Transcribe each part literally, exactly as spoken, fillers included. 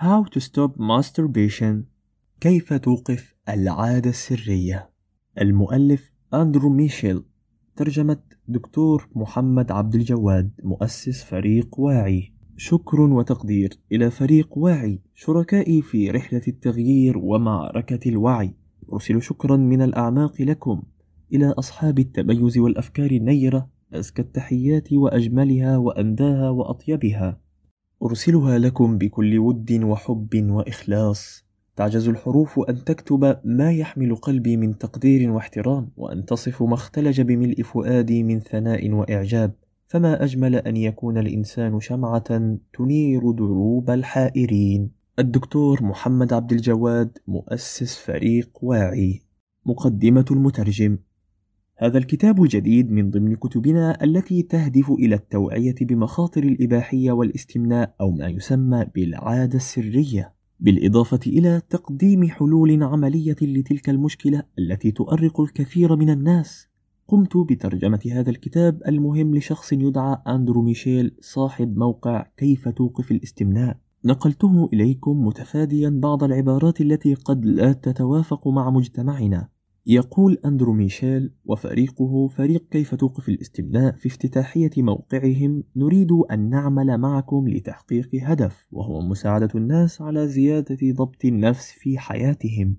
How to stop masturbation. كيف توقف العادة السرية. المؤلف أندرو ميشيل. ترجمة دكتور محمد عبد الجواد، مؤسس فريق واعي. شكر وتقدير إلى فريق واعي، شركائي في رحلة التغيير ومعركة الوعي. أرسل شكرا من الأعماق لكم، إلى أصحاب التميز والأفكار النيرة، أزكى التحيات وأجملها وأنداها وأطيبها. أرسلها لكم بكل ود وحب وإخلاص. تعجز الحروف أن تكتب ما يحمل قلبي من تقدير واحترام، وأن تصف ما اختلج بملء فؤادي من ثناء وإعجاب. فما أجمل أن يكون الإنسان شمعة تنير دروب الحائرين. الدكتور محمد عبد الجواد، مؤسس فريق واعي. مقدمة المترجم. هذا الكتاب الجديد من ضمن كتبنا التي تهدف إلى التوعية بمخاطر الإباحية والاستمناء، أو ما يسمى بالعادة السرية، بالإضافة إلى تقديم حلول عملية لتلك المشكلة التي تؤرق الكثير من الناس. قمت بترجمة هذا الكتاب المهم لشخص يدعى أندرو ميشيل، صاحب موقع كيف توقف الاستمناء. نقلته إليكم متفاديا بعض العبارات التي قد لا تتوافق مع مجتمعنا. يقول أندرو ميشيل وفريقه، فريق كيف توقف الاستمناء، في افتتاحية موقعهم: نريد أن نعمل معكم لتحقيق هدف، وهو مساعدة الناس على زيادة ضبط النفس في حياتهم.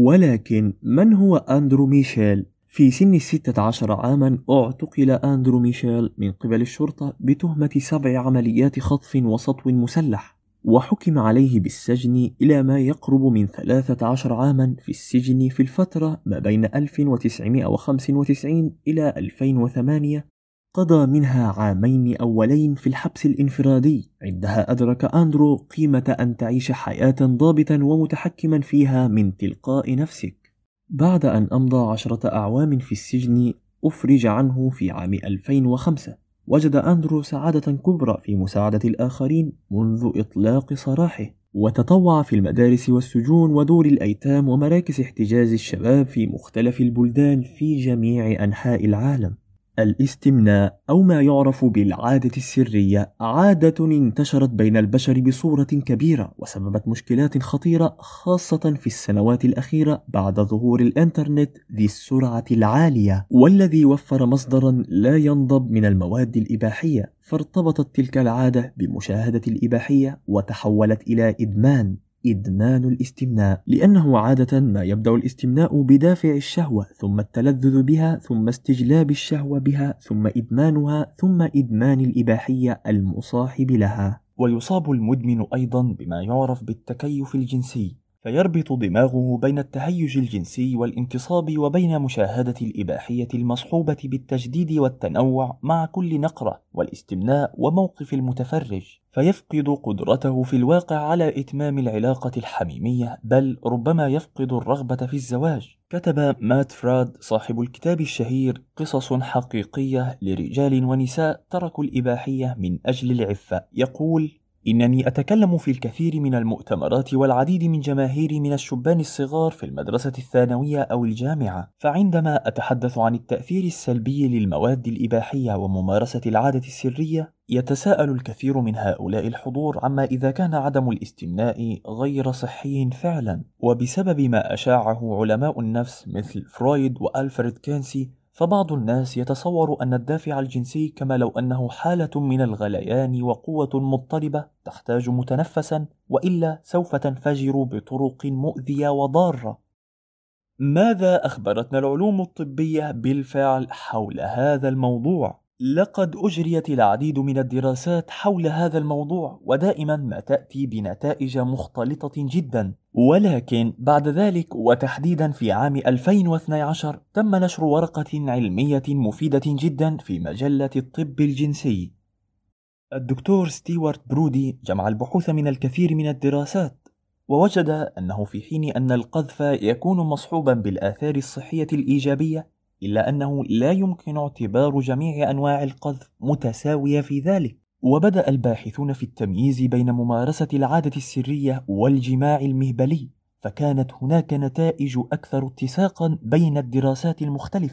ولكن من هو أندرو ميشيل؟ في سن الستة عشر عاما اعتقل أندرو ميشيل من قبل الشرطة بتهمة سبع عمليات خطف وسطو مسلح، وحكم عليه بالسجن إلى ما يقرب من ثلاثة عشر عاما في السجن في الفترة ما بين ألف وتسعمائة وخمسة وتسعين إلى ألفين وثمانية. قضى منها عامين أولين في الحبس الانفرادي. عندها أدرك أندرو قيمة أن تعيش حياة ضابطا ومتحكما فيها من تلقاء نفسك. بعد أن أمضى عشرة أعوام في السجن، أفرج عنه في عام ألفين وخمسة. وجد أندرو سعادة كبرى في مساعدة الآخرين منذ إطلاق سراحه، وتطوع في المدارس والسجون ودور الأيتام ومراكز احتجاز الشباب في مختلف البلدان في جميع أنحاء العالم. الاستمناء، أو ما يعرف بالعادة السرية، عادة انتشرت بين البشر بصورة كبيرة، وسببت مشكلات خطيرة خاصة في السنوات الأخيرة بعد ظهور الإنترنت ذي السرعة العالية، والذي وفر مصدرا لا ينضب من المواد الإباحية. فارتبطت تلك العادة بمشاهدة الإباحية وتحولت إلى إدمان. إدمان الاستمناء، لأنه عادة ما يبدأ الاستمناء بدافع الشهوة، ثم التلذذ بها، ثم استجلاب الشهوة بها، ثم إدمانها، ثم إدمان الإباحية المصاحب لها. ويصاب المدمن أيضا بما يعرف بالتكيف الجنسي، فيربط دماغه بين التهيج الجنسي والانتصاب وبين مشاهدة الإباحية المصحوبة بالتجديد والتنوع مع كل نقرة، والاستمناء وموقف المتفرج، فيفقد قدرته في الواقع على إتمام العلاقة الحميمية، بل ربما يفقد الرغبة في الزواج. كتب مات فراد صاحب الكتاب الشهير قصص حقيقية لرجال ونساء تركوا الإباحية من أجل العفة، يقول: إنني أتكلم في الكثير من المؤتمرات والعديد من جماهير من الشبان الصغار في المدرسة الثانوية أو الجامعة، فعندما أتحدث عن التأثير السلبي للمواد الإباحية وممارسة العادة السرية، يتساءل الكثير من هؤلاء الحضور عما إذا كان عدم الاستمناء غير صحي فعلا. وبسبب ما أشاعه علماء النفس مثل فرويد وألفريد كينسي، فبعض الناس يتصور أن الدافع الجنسي كما لو أنه حالة من الغليان وقوة مضطربة تحتاج متنفسا، وإلا سوف تنفجر بطرق مؤذية وضارة. ماذا أخبرتنا العلوم الطبية بالفعل حول هذا الموضوع؟ لقد أجريت العديد من الدراسات حول هذا الموضوع، ودائما ما تأتي بنتائج مختلطة جدا. ولكن بعد ذلك، وتحديدا في عام ألفين واثني عشر، تم نشر ورقة علمية مفيدة جدا في مجلة الطب الجنسي. الدكتور ستيوارت برودي جمع البحوث من الكثير من الدراسات، ووجد أنه في حين أن القذف يكون مصحوبا بالآثار الصحية الإيجابية، إلا أنه لا يمكن اعتبار جميع أنواع القذف متساوية في ذلك. وبدأ الباحثون في التمييز بين ممارسة العادة السرية والجماع المهبلي، فكانت هناك نتائج أكثر اتساقا بين الدراسات المختلفة.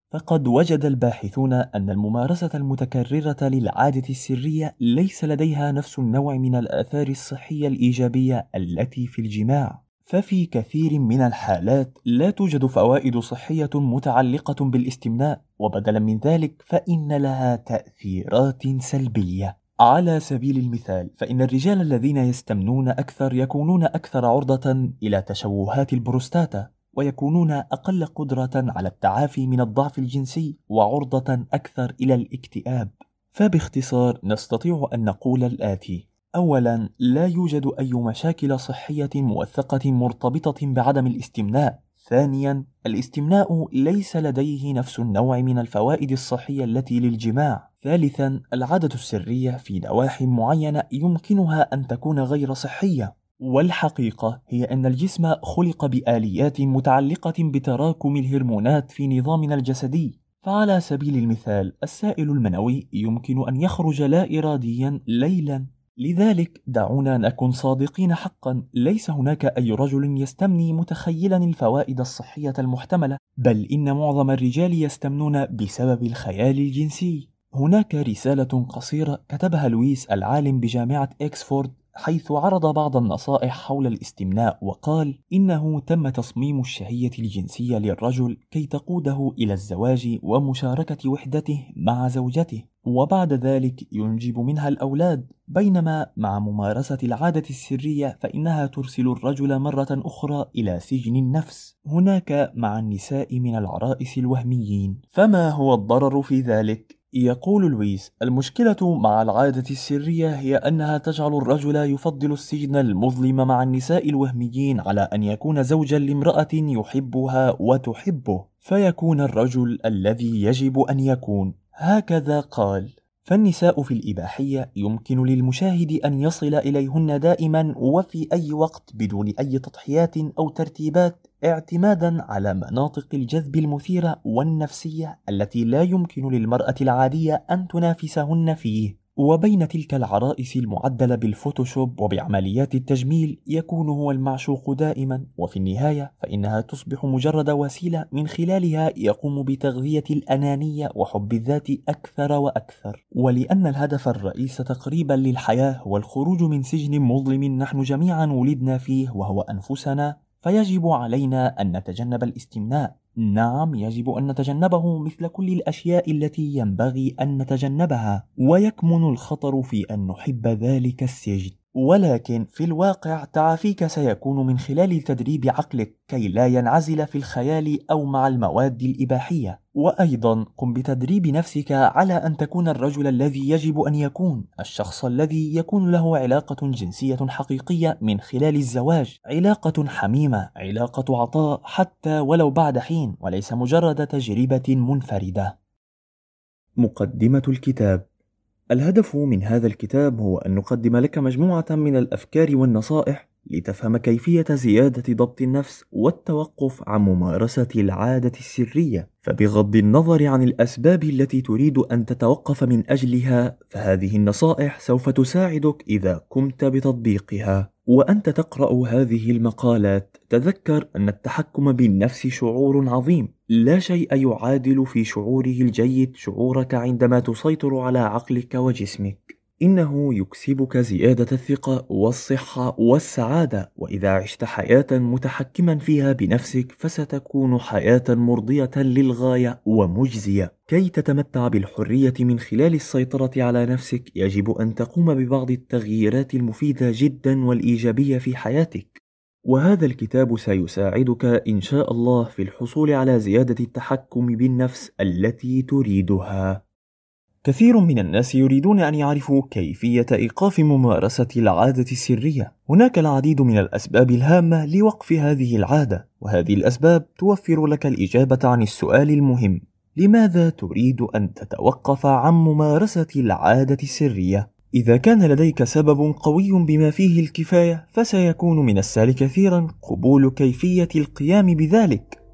فقد وجد الباحثون أن الممارسة المتكررة للعادة السرية ليس لديها نفس النوع من الآثار الصحية الإيجابية التي في الجماع، ففي كثير من الحالات لا توجد فوائد صحية متعلقة بالاستمناء، وبدلا من ذلك فإن لها تأثيرات سلبية. على سبيل المثال، فإن الرجال الذين يستمنون أكثر يكونون أكثر عرضة إلى تشوهات البروستاتا، ويكونون أقل قدرة على التعافي من الضعف الجنسي، وعرضة أكثر إلى الاكتئاب. فباختصار نستطيع أن نقول الآتي: أولاً، لا يوجد أي مشاكل صحية موثقة مرتبطة بعدم الاستمناء. ثانياً، الاستمناء ليس لديه نفس النوع من الفوائد الصحية التي للجماع. ثالثاً، العادة السرية في نواحي معينة يمكنها أن تكون غير صحية، والحقيقة هي أن الجسم خلق بآليات متعلقة بتراكم الهرمونات في نظامنا الجسدي. فعلى سبيل المثال، السائل المنوي يمكن أن يخرج لا إرادياً ليلاً. لذلك دعونا نكون صادقين حقا، ليس هناك أي رجل يستمني متخيلا الفوائد الصحية المحتملة، بل إن معظم الرجال يستمنون بسبب الخيال الجنسي. هناك رسالة قصيرة كتبها لويس العالم بجامعة إكسفورد، حيث عرض بعض النصائح حول الاستمناء، وقال إنه تم تصميم الشهية الجنسية للرجل كي تقوده إلى الزواج ومشاركة وحدته مع زوجته، وبعد ذلك ينجب منها الأولاد، بينما مع ممارسة العادة السرية فإنها ترسل الرجل مرة أخرى إلى سجن النفس. هناك مع النساء من العرائس الوهميين. فما هو الضرر في ذلك؟ يقول لويس: المشكلة مع العادة السرية هي أنها تجعل الرجل يفضل السجن المظلم مع النساء الوهميين على أن يكون زوجا لامرأة يحبها وتحبه، فيكون الرجل الذي يجب أن يكون. هكذا قال: فالنساء في الإباحية يمكن للمشاهد أن يصل إليهن دائما وفي أي وقت بدون أي تضحيات أو ترتيبات، اعتمادا على مناطق الجذب المثيرة والنفسية التي لا يمكن للمرأة العادية أن تنافسهن فيه. وبين تلك العرائس المعدلة بالفوتوشوب وبعمليات التجميل يكون هو المعشوق دائما، وفي النهاية فإنها تصبح مجرد وسيلة من خلالها يقوم بتغذية الأنانية وحب الذات أكثر وأكثر. ولأن الهدف الرئيس تقريبا للحياة هو الخروج من سجن مظلم نحن جميعا ولدنا فيه وهو أنفسنا، فيجب علينا أن نتجنب الاستمناء. نعم، يجب أن نتجنبه مثل كل الأشياء التي ينبغي أن نتجنبها، ويكمن الخطر في أن نحب ذلك السجن. ولكن في الواقع تعافيك سيكون من خلال تدريب عقلك كي لا ينعزل في الخيال أو مع المواد الإباحية. وأيضا قم بتدريب نفسك على أن تكون الرجل الذي يجب أن يكون، الشخص الذي يكون له علاقة جنسية حقيقية من خلال الزواج، علاقة حميمة، علاقة عطاء حتى ولو بعد حين، وليس مجرد تجربة منفردة. مقدمة الكتاب. الهدف من هذا الكتاب هو أن نقدم لك مجموعة من الأفكار والنصائح لتفهم كيفية زيادة ضبط النفس والتوقف عن ممارسة العادة السرية. فبغض النظر عن الأسباب التي تريد أن تتوقف من أجلها، فهذه النصائح سوف تساعدك إذا قمت بتطبيقها. وأنت تقرأ هذه المقالات تذكر أن التحكم بالنفس شعور عظيم، لا شيء يعادل في شعوره الجيد شعورك عندما تسيطر على عقلك وجسمك. إنه يكسبك زيادة الثقة والصحة والسعادة، وإذا عشت حياة متحكما فيها بنفسك فستكون حياة مرضية للغاية ومجزية. كي تتمتع بالحرية من خلال السيطرة على نفسك يجب أن تقوم ببعض التغييرات المفيدة جدا والإيجابية في حياتك، وهذا الكتاب سيساعدك إن شاء الله في الحصول على زيادة التحكم بالنفس التي تريدها. كثير من الناس يريدون أن يعرفوا كيفية إيقاف ممارسة العادة السرية. هناك العديد من الأسباب الهامة لوقف هذه العادة، وهذه الأسباب توفر لك الإجابة عن السؤال المهم: لماذا تريد أن تتوقف عن ممارسة العادة السرية؟ إذا كان لديك سبب قوي بما فيه الكفاية، فسيكون من السهل كثيرا قبول كيفية القيام بذلك.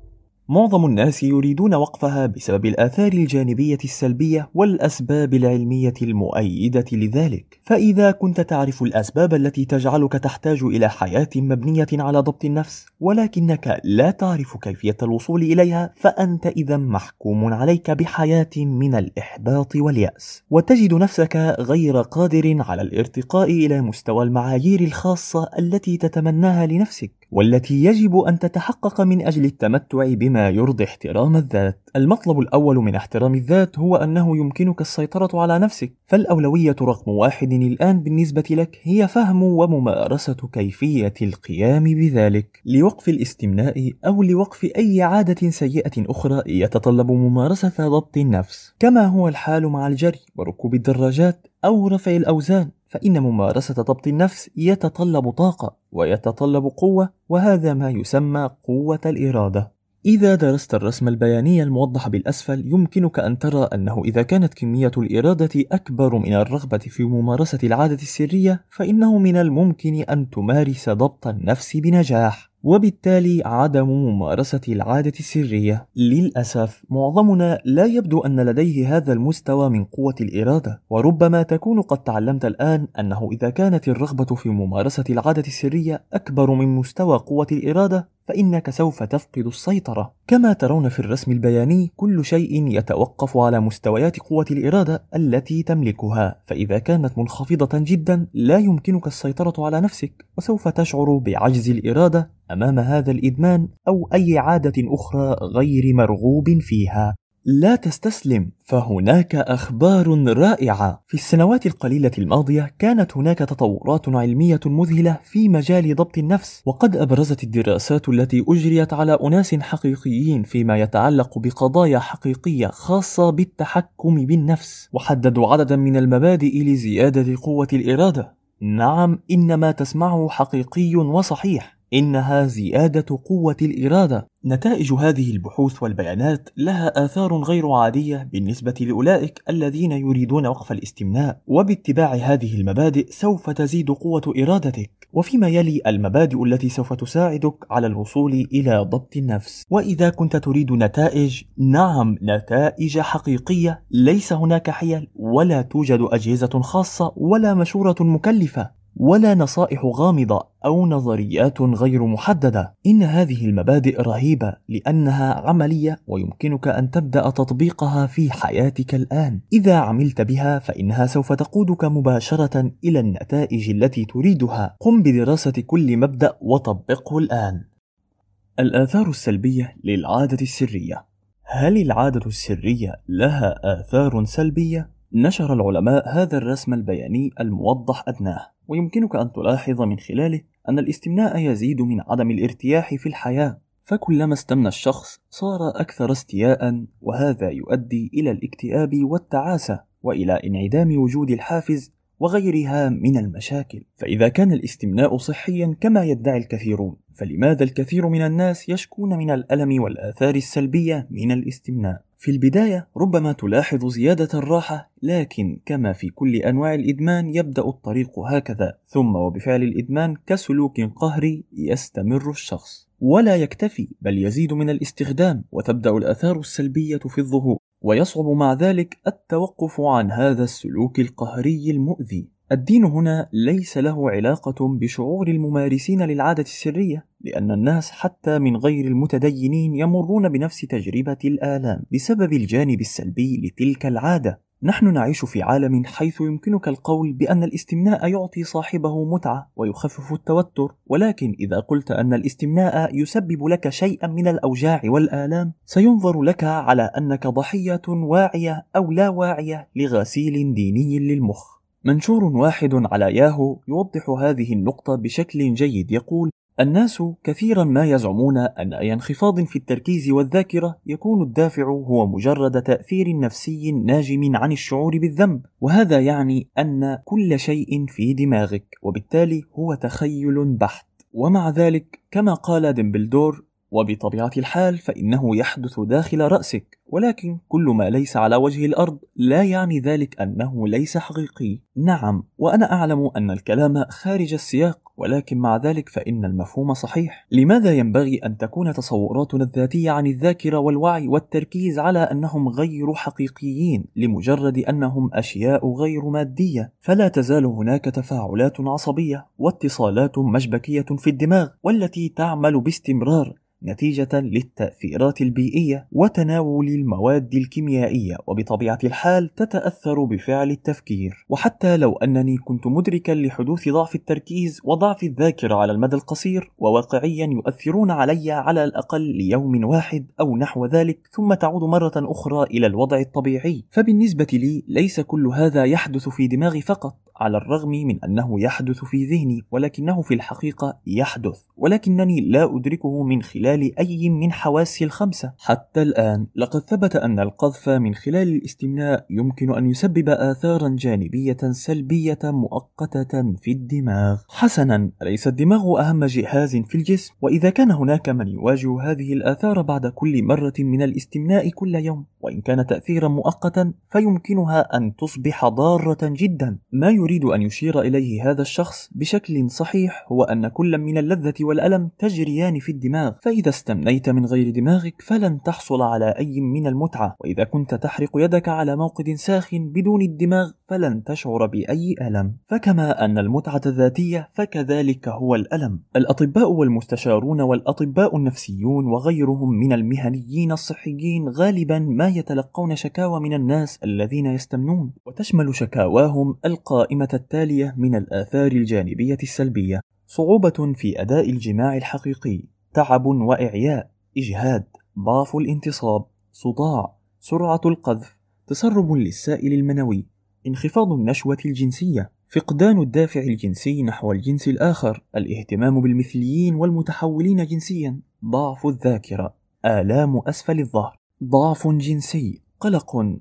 معظم الناس يريدون وقفها بسبب الآثار الجانبية السلبية والأسباب العلمية المؤيدة لذلك. فإذا كنت تعرف الأسباب التي تجعلك تحتاج إلى حياة مبنية على ضبط النفس ولكنك لا تعرف كيفية الوصول إليها، فأنت إذا محكوم عليك بحياة من الإحباط واليأس، وتجد نفسك غير قادر على الارتقاء إلى مستوى المعايير الخاصة التي تتمناها لنفسك والتي يجب أن تتحقق من أجل التمتع بما يرضي احترام الذات. المطلب الأول من احترام الذات هو أنه يمكنك السيطرة على نفسك، فالأولوية رقم واحد الآن بالنسبة لك هي فهم وممارسة كيفية القيام بذلك. لوقف الاستمناء أو لوقف أي عادة سيئة أخرى يتطلب ممارسة ضبط النفس، كما هو الحال مع الجري وركوب الدراجات أو رفع الأوزان، فإن ممارسة ضبط النفس يتطلب طاقة ويتطلب قوة، وهذا ما يسمى قوة الإرادة. إذا درست الرسم البياني الموضح بالأسفل يمكنك أن ترى أنه إذا كانت كمية الإرادة أكبر من الرغبة في ممارسة العادة السرية فإنه من الممكن أن تمارس ضبط النفس بنجاح، وبالتالي عدم ممارسة العادة السرية. للأسف معظمنا لا يبدو أن لديه هذا المستوى من قوة الإرادة، وربما تكون قد تعلمت الآن أنه إذا كانت الرغبة في ممارسة العادة السرية أكبر من مستوى قوة الإرادة فإنك سوف تفقد السيطرة. كما ترون في الرسم البياني كل شيء يتوقف على مستويات قوة الإرادة التي تملكها، فإذا كانت منخفضة جدا لا يمكنك السيطرة على نفسك، وسوف تشعر بعجز الإرادة أمام هذا الإدمان أو أي عادة أخرى غير مرغوب فيها. لا تستسلم، فهناك أخبار رائعة. في السنوات القليلة الماضية كانت هناك تطورات علمية مذهلة في مجال ضبط النفس، وقد أبرزت الدراسات التي أجريت على أناس حقيقيين فيما يتعلق بقضايا حقيقية خاصة بالتحكم بالنفس، وحددوا عددا من المبادئ لزيادة قوة الإرادة. نعم، إن ما تسمعه حقيقي وصحيح، إنها زيادة قوة الإرادة. نتائج هذه البحوث والبيانات لها آثار غير عادية بالنسبة لأولئك الذين يريدون وقف الاستمناء، وباتباع هذه المبادئ سوف تزيد قوة إرادتك. وفيما يلي المبادئ التي سوف تساعدك على الوصول إلى ضبط النفس. وإذا كنت تريد نتائج، نعم نتائج حقيقية، ليس هناك حيل ولا توجد أجهزة خاصة ولا مشورة مكلفة ولا نصائح غامضة أو نظريات غير محددة. إن هذه المبادئ رهيبة لأنها عملية ويمكنك أن تبدأ تطبيقها في حياتك الآن. إذا عملت بها فإنها سوف تقودك مباشرة إلى النتائج التي تريدها. قم بدراسة كل مبدأ وطبقه الآن. الآثار السلبية للعادة السرية. هل العادة السرية لها آثار سلبية؟ نشر العلماء هذا الرسم البياني الموضح أدناه، ويمكنك أن تلاحظ من خلاله أن الاستمناء يزيد من عدم الارتياح في الحياة، فكلما استمنى الشخص صار أكثر استياء، وهذا يؤدي إلى الاكتئاب والتعاسة وإلى انعدام وجود الحافز وغيرها من المشاكل. فإذا كان الاستمناء صحيا كما يدعي الكثيرون، فلماذا الكثير من الناس يشكون من الألم والآثار السلبية من الاستمناء؟ في البداية ربما تلاحظ زيادة الراحة، لكن كما في كل أنواع الإدمان يبدأ الطريق هكذا، ثم وبفعل الإدمان كسلوك قهري يستمر الشخص ولا يكتفي بل يزيد من الاستخدام، وتبدأ الآثار السلبية في الظهور، ويصعب مع ذلك التوقف عن هذا السلوك القهري المؤذي. الدين هنا ليس له علاقة بشعور الممارسين للعادة السرية، لأن الناس حتى من غير المتدينين يمرون بنفس تجربة الآلام بسبب الجانب السلبي لتلك العادة. نحن نعيش في عالم حيث يمكنك القول بأن الاستمناء يعطي صاحبه متعة ويخفف التوتر، ولكن إذا قلت أن الاستمناء يسبب لك شيئا من الأوجاع والآلام سينظر لك على أنك ضحية واعية أو لا واعية لغسيل ديني للمخ. منشور واحد على ياهو يوضح هذه النقطة بشكل جيد، يقول: الناس كثيرا ما يزعمون أن أي انخفاض في التركيز والذاكرة يكون الدافع هو مجرد تأثير نفسي ناجم عن الشعور بالذنب، وهذا يعني أن كل شيء في دماغك، وبالتالي هو تخيل بحت. ومع ذلك كما قال ديمبلدور: وبطبيعة الحال فإنه يحدث داخل رأسك، ولكن كل ما ليس على وجه الأرض لا يعني ذلك أنه ليس حقيقي. نعم، وأنا أعلم أن الكلام خارج السياق، ولكن مع ذلك فإن المفهوم صحيح. لماذا ينبغي أن تكون تصوراتنا الذاتية عن الذاكرة والوعي والتركيز على أنهم غير حقيقيين لمجرد أنهم أشياء غير مادية؟ فلا تزال هناك تفاعلات عصبية واتصالات مشبكية في الدماغ، والتي تعمل باستمرار نتيجة للتأثيرات البيئية وتناول المواد الكيميائية، وبطبيعة الحال تتأثر بفعل التفكير. وحتى لو أنني كنت مدركا لحدوث ضعف التركيز وضعف الذاكرة على المدى القصير وواقعيا يؤثرون علي على الأقل ليوم واحد أو نحو ذلك، ثم تعود مرة أخرى إلى الوضع الطبيعي، فبالنسبة لي ليس كل هذا يحدث في دماغي فقط، على الرغم من أنه يحدث في ذهني، ولكنه في الحقيقة يحدث، ولكنني لا أدركه من خلال أي من حواسي الخمسة. حتى الآن لقد ثبت أن القذف من خلال الاستمناء يمكن أن يسبب آثارا جانبية سلبية مؤقتة في الدماغ. حسنا، ليس الدماغ أهم جهاز في الجسم، وإذا كان هناك من يواجه هذه الآثار بعد كل مرة من الاستمناء كل يوم، وإن كان تأثيرا مؤقتا فيمكنها أن تصبح ضارة جدا. ما يريد أن يشير إليه هذا الشخص بشكل صحيح هو أن كل من اللذة والألم تجريان في الدماغ، فإذا استمنيت من غير دماغك فلن تحصل على أي من المتعة، وإذا كنت تحرق يدك على موقد ساخن بدون الدماغ فلن تشعر بأي ألم. فكما أن المتعة ذاتية فكذلك هو الألم. الأطباء والمستشارون والأطباء النفسيون وغيرهم من المهنيين الصحيين غالبا ما يتلقون شكاوى من الناس الذين يستمنون، وتشمل شكاواهم القائمة التالية من الآثار الجانبية السلبية: صعوبة في أداء الجماع الحقيقي، تعب وإعياء، إجهاد، ضعف الانتصاب، صداع، سرعة القذف، تسرب للسائل المنوي، انخفاض النشوة الجنسية، فقدان الدافع الجنسي نحو الجنس الآخر، الاهتمام بالمثليين والمتحولين جنسيا، ضعف الذاكرة، آلام أسفل الظهر، ضعف جنسي، قلق،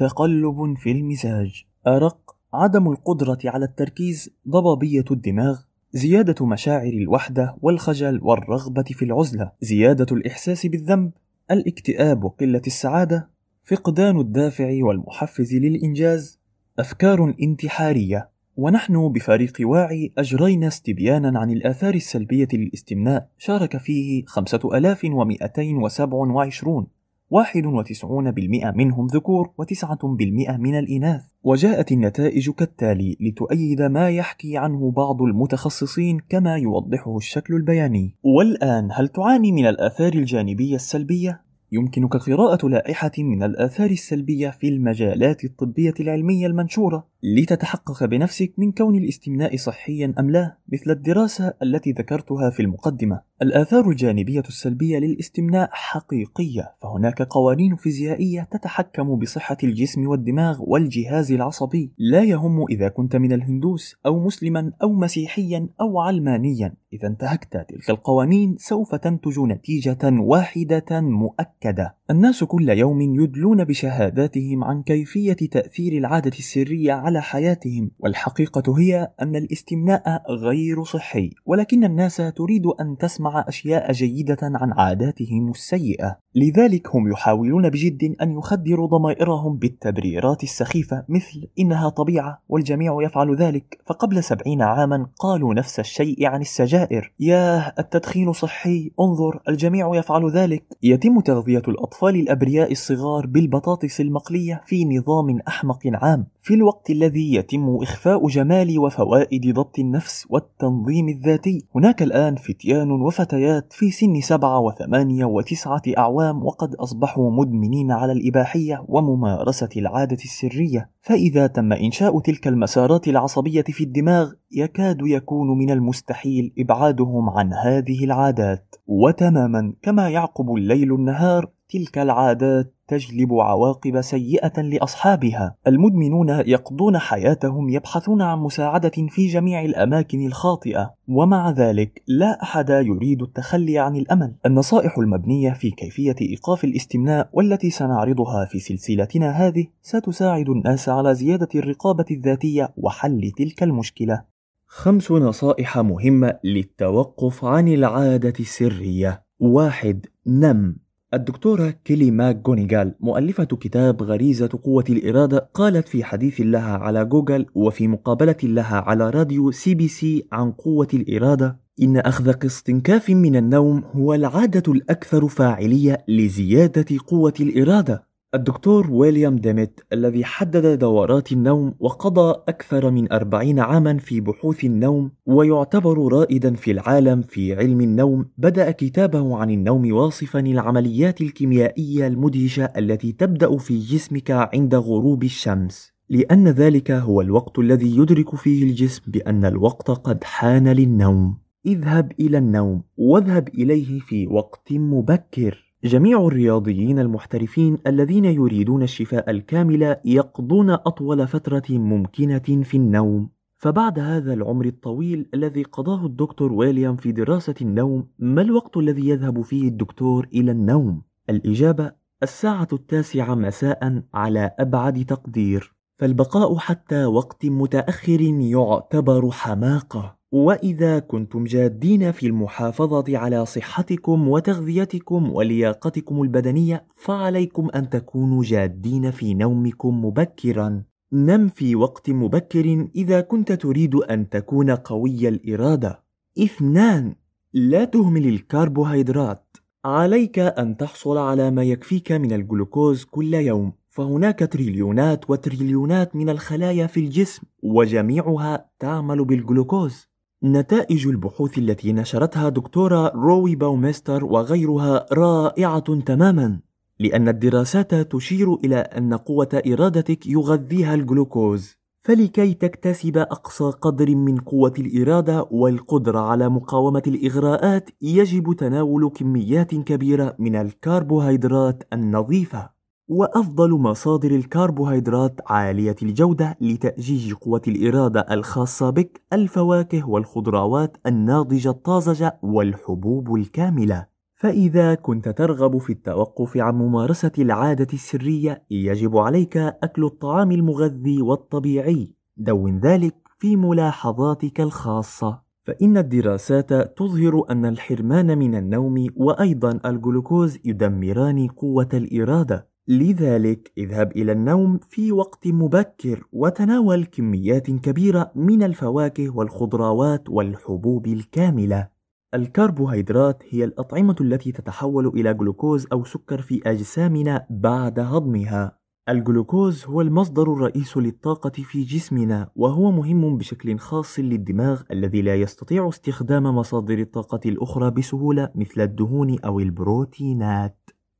تقلب في المزاج، أرق، عدم القدرة على التركيز، ضبابية الدماغ، زيادة مشاعر الوحدة والخجل والرغبة في العزلة، زيادة الإحساس بالذنب، الاكتئاب وقلة السعادة، فقدان الدافع والمحفز للإنجاز، أفكار انتحارية. ونحن بفريق واعي أجرينا استبيانا عن الآثار السلبية للاستمناء شارك فيه خمسة آلاف ومئتين وسبعة وعشرين، واحد وتسعون بالمئة منهم ذكور وتسعة بالمئة من الإناث، وجاءت النتائج كالتالي لتؤيد ما يحكي عنه بعض المتخصصين كما يوضحه الشكل البياني. والآن، هل تعاني من الآثار الجانبية السلبية؟ يمكنك قراءة لائحة من الآثار السلبية في المجالات الطبية العلمية المنشورة لتتحقق بنفسك من كون الاستمناء صحيا أم لا، مثل الدراسة التي ذكرتها في المقدمة. الآثار الجانبية السلبية للاستمناء حقيقية، فهناك قوانين فيزيائية تتحكم بصحة الجسم والدماغ والجهاز العصبي، لا يهم إذا كنت من الهندوس أو مسلما أو مسيحيا أو علمانيا. إذا انتهكت تلك القوانين سوف تنتج نتيجة واحدة مؤكدة: الناس كل يوم يدلون بشهاداتهم عن كيفية تأثير العادة السرية على حياتهم، والحقيقة هي أن الاستمناء غير صحي، ولكن الناس تريد أن تسمع أشياء جيدة عن عاداتهم السيئة. لذلك هم يحاولون بجد أن يخدروا ضمائرهم بالتبريرات السخيفة، مثل إنها طبيعة والجميع يفعل ذلك. فقبل سبعين عاما قالوا نفس الشيء عن السجائر: ياه، التدخين صحي، انظر الجميع يفعل ذلك. يتم تغذية الأطفال الأبرياء الصغار بالبطاطس المقلية في نظام أحمق عام، في الوقت الذي يتم إخفاء جمال وفوائد ضبط النفس والتنظيم الذاتي. هناك الآن فتيان وفتيات في سن سبعة وثمانية وتسعة أعوام وقد أصبحوا مدمنين على الإباحية وممارسة العادة السرية، فإذا تم إنشاء تلك المسارات العصبية في الدماغ يكاد يكون من المستحيل إبعادهم عن هذه العادات. وتماما كما يعقب الليل النهار، تلك العادات تجلب عواقب سيئة لأصحابها. المدمنون يقضون حياتهم يبحثون عن مساعدة في جميع الأماكن الخاطئة، ومع ذلك لا أحد يريد التخلي عن الأمل. النصائح المبنية في كيفية إيقاف الاستمناء والتي سنعرضها في سلسلتنا هذه ستساعد الناس على زيادة الرقابة الذاتية وحل تلك المشكلة. خمس نصائح مهمة للتوقف عن العادة السرية. واحد. نم. الدكتورة كيلي ماكغونيغال مؤلفة كتاب غريزة قوة الإرادة قالت في حديث لها على جوجل وفي مقابلة لها على راديو سي بي سي عن قوة الإرادة: إن أخذ قسط كاف من النوم هو العادة الأكثر فاعلية لزيادة قوة الإرادة. الدكتور ويليام ديميت الذي حدد دورات النوم وقضى أكثر من أربعين عاما في بحوث النوم ويعتبر رائدا في العالم في علم النوم، بدأ كتابه عن النوم واصفا العمليات الكيميائية المدهشة التي تبدأ في جسمك عند غروب الشمس، لأن ذلك هو الوقت الذي يدرك فيه الجسم بأن الوقت قد حان للنوم. اذهب إلى النوم واذهب إليه في وقت مبكر. جميع الرياضيين المحترفين الذين يريدون الشفاء الكامل يقضون أطول فترة ممكنة في النوم. فبعد هذا العمر الطويل الذي قضاه الدكتور ويليام في دراسة النوم، ما الوقت الذي يذهب فيه الدكتور إلى النوم؟ الإجابة: الساعة التاسعة مساء على أبعد تقدير. فالبقاء حتى وقت متأخر يعتبر حماقة. وإذا كنتم جادين في المحافظة على صحتكم وتغذيتكم ولياقتكم البدنية، فعليكم أن تكونوا جادين في نومكم مبكرا. نم في وقت مبكر إذا كنت تريد أن تكون قوي الإرادة. اثنان. لا تهمل الكربوهيدرات. عليك أن تحصل على ما يكفيك من الجلوكوز كل يوم، فهناك تريليونات وتريليونات من الخلايا في الجسم وجميعها تعمل بالجلوكوز. نتائج البحوث التي نشرتها دكتورة روي باوميستر وغيرها رائعة تماما، لأن الدراسات تشير إلى أن قوة إرادتك يغذيها الجلوكوز. فلكي تكتسب أقصى قدر من قوة الإرادة والقدرة على مقاومة الإغراءات، يجب تناول كميات كبيرة من الكربوهيدرات النظيفة. وأفضل مصادر الكربوهيدرات عالية الجودة لتأجيج قوة الإرادة الخاصة بك الفواكه والخضروات الناضجة الطازجة والحبوب الكاملة. فإذا كنت ترغب في التوقف عن ممارسة العادة السرية، يجب عليك أكل الطعام المغذي والطبيعي. دون ذلك في ملاحظاتك الخاصة. فإن الدراسات تظهر أن الحرمان من النوم وأيضا الجلوكوز يدمران قوة الإرادة. لذلك اذهب إلى النوم في وقت مبكر وتناول كميات كبيرة من الفواكه والخضروات والحبوب الكاملة. الكربوهيدرات هي الأطعمة التي تتحول إلى جلوكوز أو سكر في أجسامنا بعد هضمها. الجلوكوز هو المصدر الرئيسي للطاقة في جسمنا، وهو مهم بشكل خاص للدماغ الذي لا يستطيع استخدام مصادر الطاقة الأخرى بسهولة مثل الدهون أو البروتينات.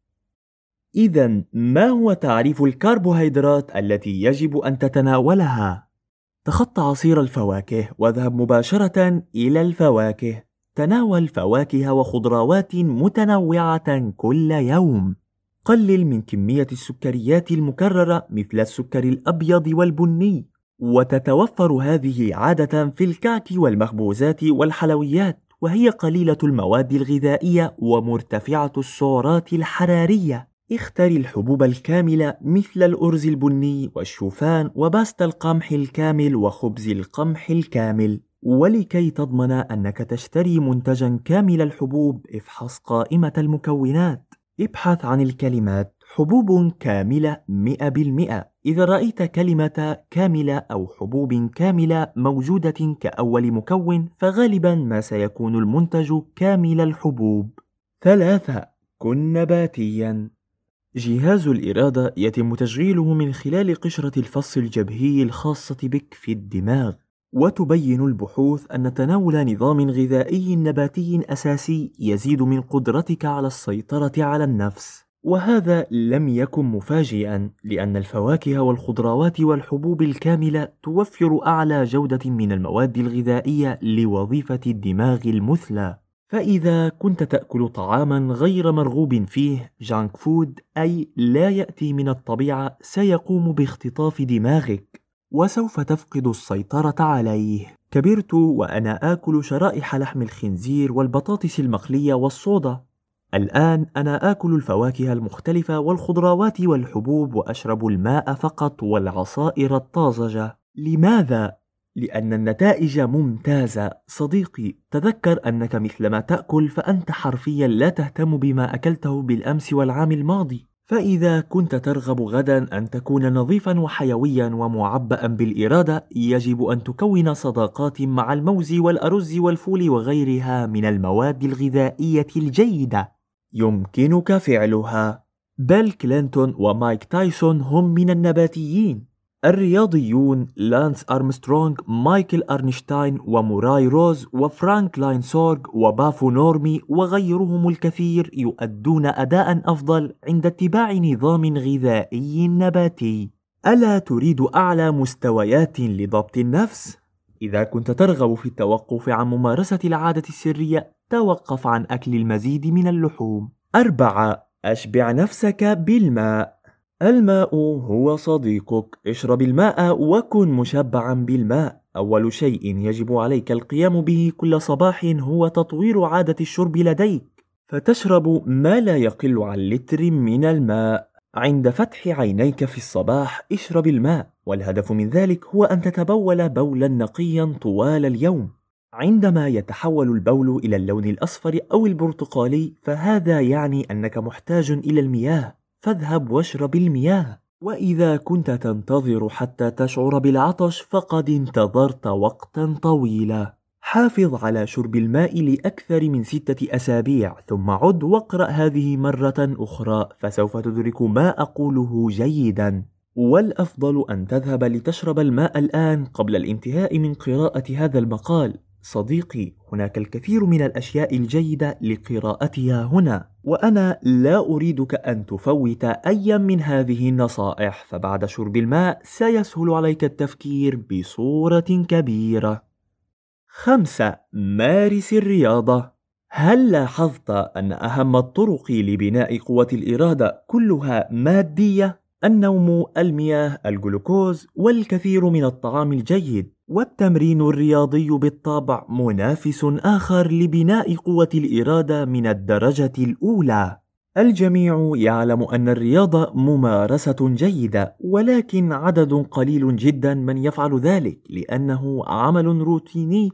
إذن ما هو تعريف الكربوهيدرات التي يجب أن تتناولها؟ تخطى عصير الفواكه واذهب مباشرة إلى الفواكه. تناول فواكه وخضروات متنوعة كل يوم. قلل من كمية السكريات المكررة مثل السكر الأبيض والبني، وتتوفر هذه عادة في الكعك والمخبوزات والحلويات، وهي قليلة المواد الغذائية ومرتفعة السعرات الحرارية. اختر الحبوب الكاملة مثل الأرز البني والشوفان وباستا القمح الكامل وخبز القمح الكامل. ولكي تضمن أنك تشتري منتجا كامل الحبوب، افحص قائمة المكونات. ابحث عن الكلمات حبوب كاملة مئة بالمئة. إذا رأيت كلمة كاملة أو حبوب كاملة موجودة كأول مكون، فغالبا ما سيكون المنتج كامل الحبوب. ثلاثة. كن نباتيا. جهاز الإرادة يتم تشغيله من خلال قشرة الفص الجبهي الخاصة بك في الدماغ. وتبين البحوث أن تناول نظام غذائي نباتي أساسي يزيد من قدرتك على السيطرة على النفس. وهذا لم يكن مفاجئا، لأن الفواكه والخضروات والحبوب الكاملة توفر أعلى جودة من المواد الغذائية لوظيفة الدماغ المثلى. فإذا كنت تأكل طعاما غير مرغوب فيه جانك فود، أي لا يأتي من الطبيعة، سيقوم باختطاف دماغك وسوف تفقد السيطرة عليه. كبرت وأنا آكل شرائح لحم الخنزير والبطاطس المقلية والصودا. الآن أنا آكل الفواكه المختلفة والخضروات والحبوب وأشرب الماء فقط والعصائر الطازجة. لماذا؟ لأن النتائج ممتازة. صديقي، تذكر أنك مثلما تأكل فأنت حرفيا لا تهتم بما أكلته بالأمس والعام الماضي. فإذا كنت ترغب غدا أن تكون نظيفا وحيويا ومعبأ بالإرادة، يجب أن تكون صداقات مع الموز والأرز والفول وغيرها من المواد الغذائية الجيدة يمكنك فعلها. بيل كلينتون ومايك تايسون هم من النباتيين. الرياضيون لانس أرمسترونغ، مايكل أرنشتاين وموراي روز وفرانك لاينسورغ وبافو نورمي وغيرهم الكثير يؤدون أداء أفضل عند اتباع نظام غذائي نباتي. ألا تريد أعلى مستويات لضبط النفس؟ إذا كنت ترغب في التوقف عن ممارسة العادة السرية، توقف عن أكل المزيد من اللحوم. أربعة، أشبع نفسك بالماء. الماء هو صديقك. اشرب الماء وكن مشبعا بالماء. أول شيء يجب عليك القيام به كل صباح هو تطوير عادة الشرب لديك، فتشرب ما لا يقل عن لتر من الماء. عند فتح عينيك في الصباح اشرب الماء، والهدف من ذلك هو أن تتبول بولا نقيا طوال اليوم. عندما يتحول البول إلى اللون الأصفر أو البرتقالي فهذا يعني أنك محتاج إلى المياه، فاذهب واشرب المياه. وإذا كنت تنتظر حتى تشعر بالعطش فقد انتظرت وقتا طويلا. حافظ على شرب الماء لأكثر من ستة أسابيع، ثم عد واقرأ هذه مرة أخرى فسوف تدرك ما أقوله جيدا. والأفضل أن تذهب لتشرب الماء الآن قبل الانتهاء من قراءة هذا المقال. صديقي، هناك الكثير من الأشياء الجيدة لقراءتها هنا، وأنا لا أريدك أن تفوت أي من هذه النصائح، فبعد شرب الماء سيسهل عليك التفكير بصورة كبيرة. خمسة، مارس الرياضة. هل لاحظت أن أهم الطرق لبناء قوة الإرادة كلها مادية؟ النوم، المياه، الجلوكوز، والكثير من الطعام الجيد. والتمرين الرياضي بالطبع منافس آخر لبناء قوة الإرادة من الدرجة الأولى. الجميع يعلم أن الرياضة ممارسة جيدة، ولكن عدد قليل جدا من يفعل ذلك لأنه عمل روتيني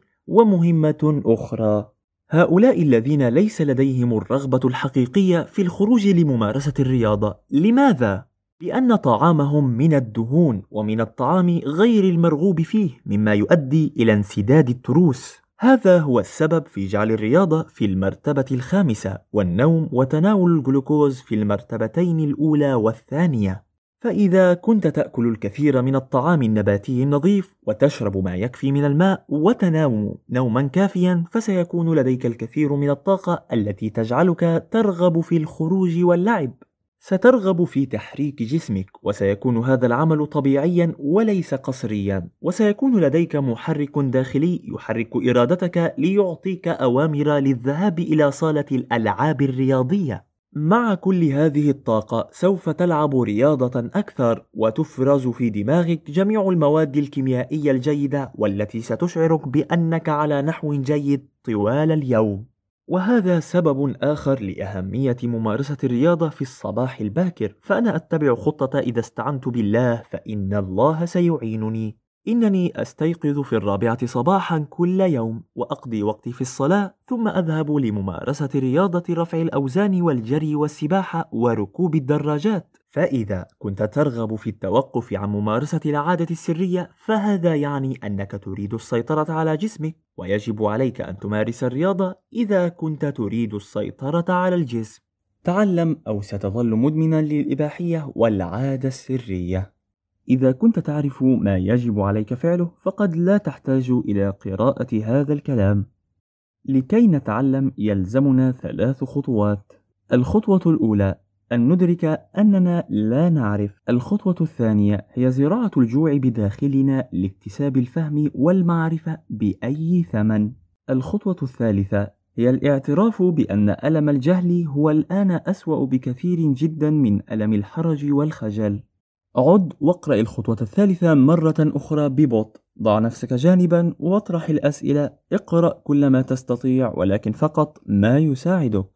ومهمة أخرى. هؤلاء الذين ليس لديهم الرغبة الحقيقية في الخروج لممارسة الرياضة. لماذا؟ لأن طعامهم من الدهون ومن الطعام غير المرغوب فيه، مما يؤدي إلى انسداد التروس. هذا هو السبب في جعل الرياضة في المرتبة الخامسة، والنوم وتناول الجلوكوز في المرتبتين الأولى والثانية. فإذا كنت تأكل الكثير من الطعام النباتي النظيف وتشرب ما يكفي من الماء وتنام نوما كافيا، فسيكون لديك الكثير من الطاقة التي تجعلك ترغب في الخروج واللعب. سترغب في تحريك جسمك، وسيكون هذا العمل طبيعيا وليس قسريا، وسيكون لديك محرك داخلي يحرك إرادتك ليعطيك أوامر للذهاب إلى صالة الألعاب الرياضية. مع كل هذه الطاقة سوف تلعب رياضة أكثر، وتفرز في دماغك جميع المواد الكيميائية الجيدة والتي ستشعرك بأنك على نحو جيد طوال اليوم. وهذا سبب آخر لأهمية ممارسة الرياضة في الصباح الباكر. فأنا أتبع خطة إذا استعنت بالله فإن الله سيعينني. إنني أستيقظ في الرابعة صباحا كل يوم، وأقضي وقتي في الصلاة، ثم أذهب لممارسة رياضة رفع الأوزان والجري والسباحة وركوب الدراجات. فإذا كنت ترغب في التوقف عن ممارسة العادة السرية فهذا يعني أنك تريد السيطرة على جسمك، ويجب عليك أن تمارس الرياضة إذا كنت تريد السيطرة على الجسم. تعلم أو ستظل مدمنا للإباحية والعادة السرية. إذا كنت تعرف ما يجب عليك فعله فقد لا تحتاج إلى قراءة هذا الكلام. لكي نتعلم يلزمنا ثلاث خطوات. الخطوة الأولى أن ندرك أننا لا نعرف. الخطوة الثانية هي زراعة الجوع بداخلنا لاكتساب الفهم والمعرفة بأي ثمن. الخطوة الثالثة هي الاعتراف بأن ألم الجهل هو الآن أسوأ بكثير جدا من ألم الحرج والخجل. عد واقرأ الخطوة الثالثة مرة أخرى ببطء. ضع نفسك جانبا واطرح الأسئلة. اقرأ كل ما تستطيع، ولكن فقط ما يساعدك.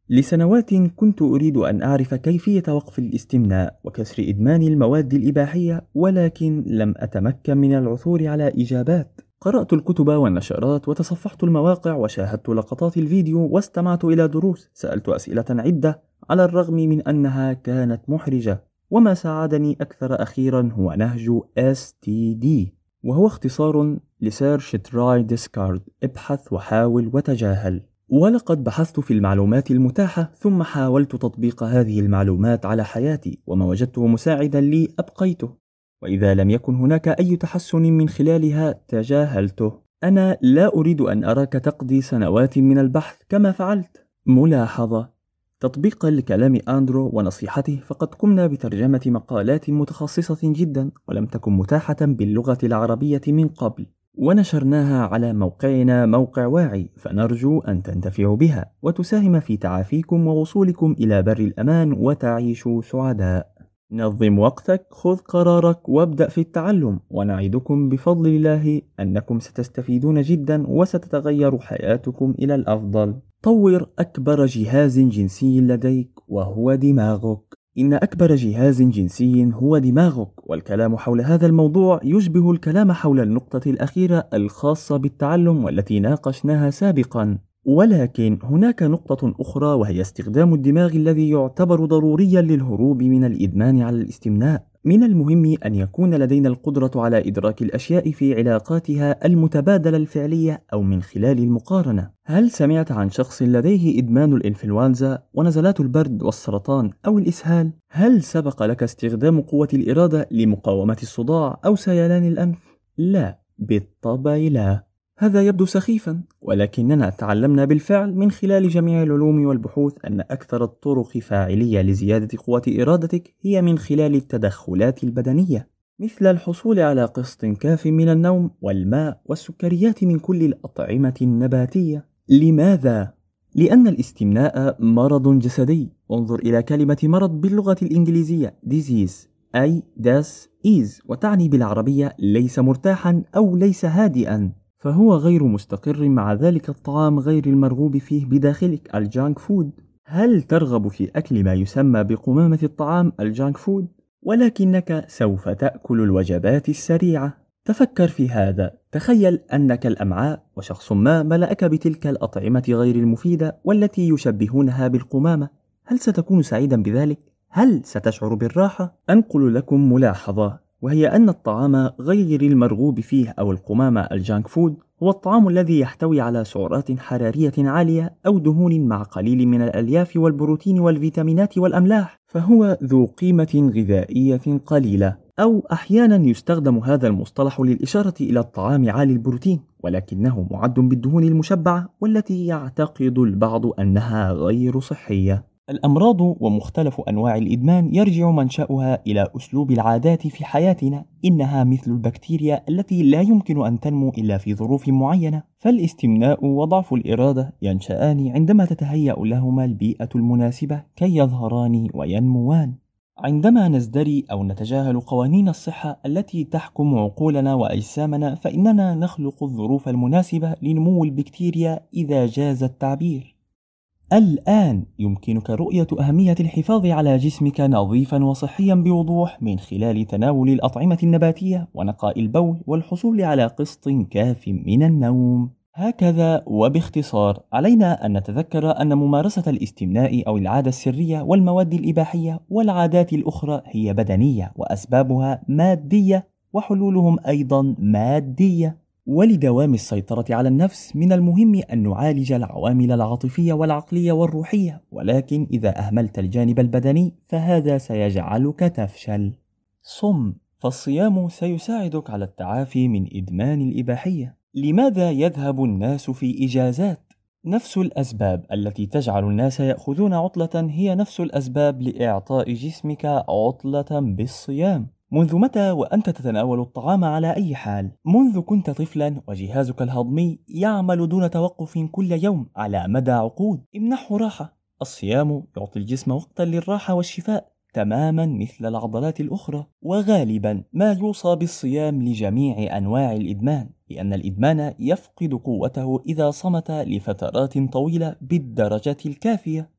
لسنوات كنت أريد أن أعرف كيفية وقف الاستمناء وكسر إدمان المواد الإباحية، ولكن لم أتمكن من العثور على إجابات. قرأت الكتب والنشرات وتصفحت المواقع وشاهدت لقطات الفيديو واستمعت إلى دروس، سألت أسئلة عدة على الرغم من أنها كانت محرجة. وما ساعدني أكثر أخيرا هو نهج إس تي دي، وهو اختصار لسيرش تراي ديسكارد، ابحث وحاول وتجاهل. ولقد بحثت في المعلومات المتاحة ثم حاولت تطبيق هذه المعلومات على حياتي، وما وجدته مساعدا لي أبقيته، وإذا لم يكن هناك أي تحسن من خلالها تجاهلته. أنا لا أريد أن أراك تقضي سنوات من البحث كما فعلت. ملاحظة: تطبيقا لكلام أندرو ونصيحته، فقد قمنا بترجمة مقالات متخصصة جدا ولم تكن متاحة باللغة العربية من قبل، ونشرناها على موقعنا موقع واعي، فنرجو أن تنتفعوا بها وتساهم في تعافيكم ووصولكم إلى بر الأمان وتعيشوا سعداء. نظم وقتك، خذ قرارك وابدأ في التعلم، ونعدكم بفضل الله أنكم ستستفيدون جدا وستتغير حياتكم إلى الأفضل. طور أكبر جهاز جنسي لديك وهو دماغك. إن أكبر جهاز جنسي هو دماغك، والكلام حول هذا الموضوع يشبه الكلام حول النقطة الأخيرة الخاصة بالتعلم والتي ناقشناها سابقا. ولكن هناك نقطة أخرى، وهي استخدام الدماغ الذي يعتبر ضروريا للهروب من الإدمان على الاستمناء. من المهم أن يكون لدينا القدرة على إدراك الأشياء في علاقاتها المتبادلة الفعلية أو من خلال المقارنة. هل سمعت عن شخص لديه إدمان الإنفلونزا ونزلات البرد والسرطان أو الإسهال؟ هل سبق لك استخدام قوة الإرادة لمقاومة الصداع أو سيلان الأنف؟ لا، بالطبع لا. هذا يبدو سخيفا، ولكننا تعلمنا بالفعل من خلال جميع العلوم والبحوث أن أكثر الطرق فاعلية لزيادة قوة إرادتك هي من خلال التدخلات البدنية، مثل الحصول على قسط كاف من النوم والماء والسكريات من كل الأطعمة النباتية. لماذا؟ لأن الاستمناء مرض جسدي. انظر إلى كلمة مرض باللغة الإنجليزية disease، أي das is، وتعني بالعربية ليس مرتاحا أو ليس هادئا، فهو غير مستقر. مع ذلك الطعام غير المرغوب فيه بداخلك، الجانك فود. هل ترغب في أكل ما يسمى بقمامة الطعام الجانك فود؟ ولكنك سوف تأكل الوجبات السريعة. تفكر في هذا، تخيل أنك الأمعاء وشخص ما ملأك بتلك الأطعمة غير المفيدة والتي يشبهونها بالقمامة. هل ستكون سعيدا بذلك؟ هل ستشعر بالراحة؟ أنقل لكم ملاحظة، وهي أن الطعام غير المرغوب فيه أو القمامة الجانك فود هو الطعام الذي يحتوي على سعرات حرارية عالية أو دهون مع قليل من الألياف والبروتين والفيتامينات والأملاح، فهو ذو قيمة غذائية قليلة. أو أحيانا يستخدم هذا المصطلح للإشارة إلى الطعام عالي البروتين، ولكنه معد بالدهون المشبعة والتي يعتقد البعض أنها غير صحية. الأمراض ومختلف أنواع الإدمان يرجع منشأها إلى أسلوب العادات في حياتنا. إنها مثل البكتيريا التي لا يمكن أن تنمو إلا في ظروف معينة، فالاستمناء وضعف الإرادة ينشأان عندما تتهيأ لهما البيئة المناسبة كي يظهران وينموان. عندما نزدري أو نتجاهل قوانين الصحة التي تحكم عقولنا وأجسامنا، فإننا نخلق الظروف المناسبة لنمو البكتيريا إذا جاز التعبير. الآن يمكنك رؤية أهمية الحفاظ على جسمك نظيفا وصحيا بوضوح من خلال تناول الأطعمة النباتية ونقاء البول والحصول على قسط كاف من النوم. هكذا وباختصار، علينا أن نتذكر أن ممارسة الاستمناء أو العادة السرية والمواد الإباحية والعادات الأخرى هي بدنية، وأسبابها مادية، وحلولهم أيضا مادية. ولدوام السيطرة على النفس من المهم أن نعالج العوامل العاطفية والعقلية والروحية، ولكن إذا أهملت الجانب البدني فهذا سيجعلك تفشل. صم، فالصيام سيساعدك على التعافي من إدمان الإباحية. لماذا يذهب الناس في إجازات؟ نفس الأسباب التي تجعل الناس يأخذون عطلة هي نفس الأسباب لإعطاء جسمك عطلة بالصيام. منذ متى وأنت تتناول الطعام على أي حال؟ منذ كنت طفلا وجهازك الهضمي يعمل دون توقف كل يوم على مدى عقود. امنحه راحة. الصيام يعطي الجسم وقتا للراحة والشفاء تماما مثل العضلات الأخرى، وغالبا ما يوصى بالصيام لجميع أنواع الإدمان، لأن الإدمان يفقد قوته إذا صمت لفترات طويلة بالدرجة الكافية.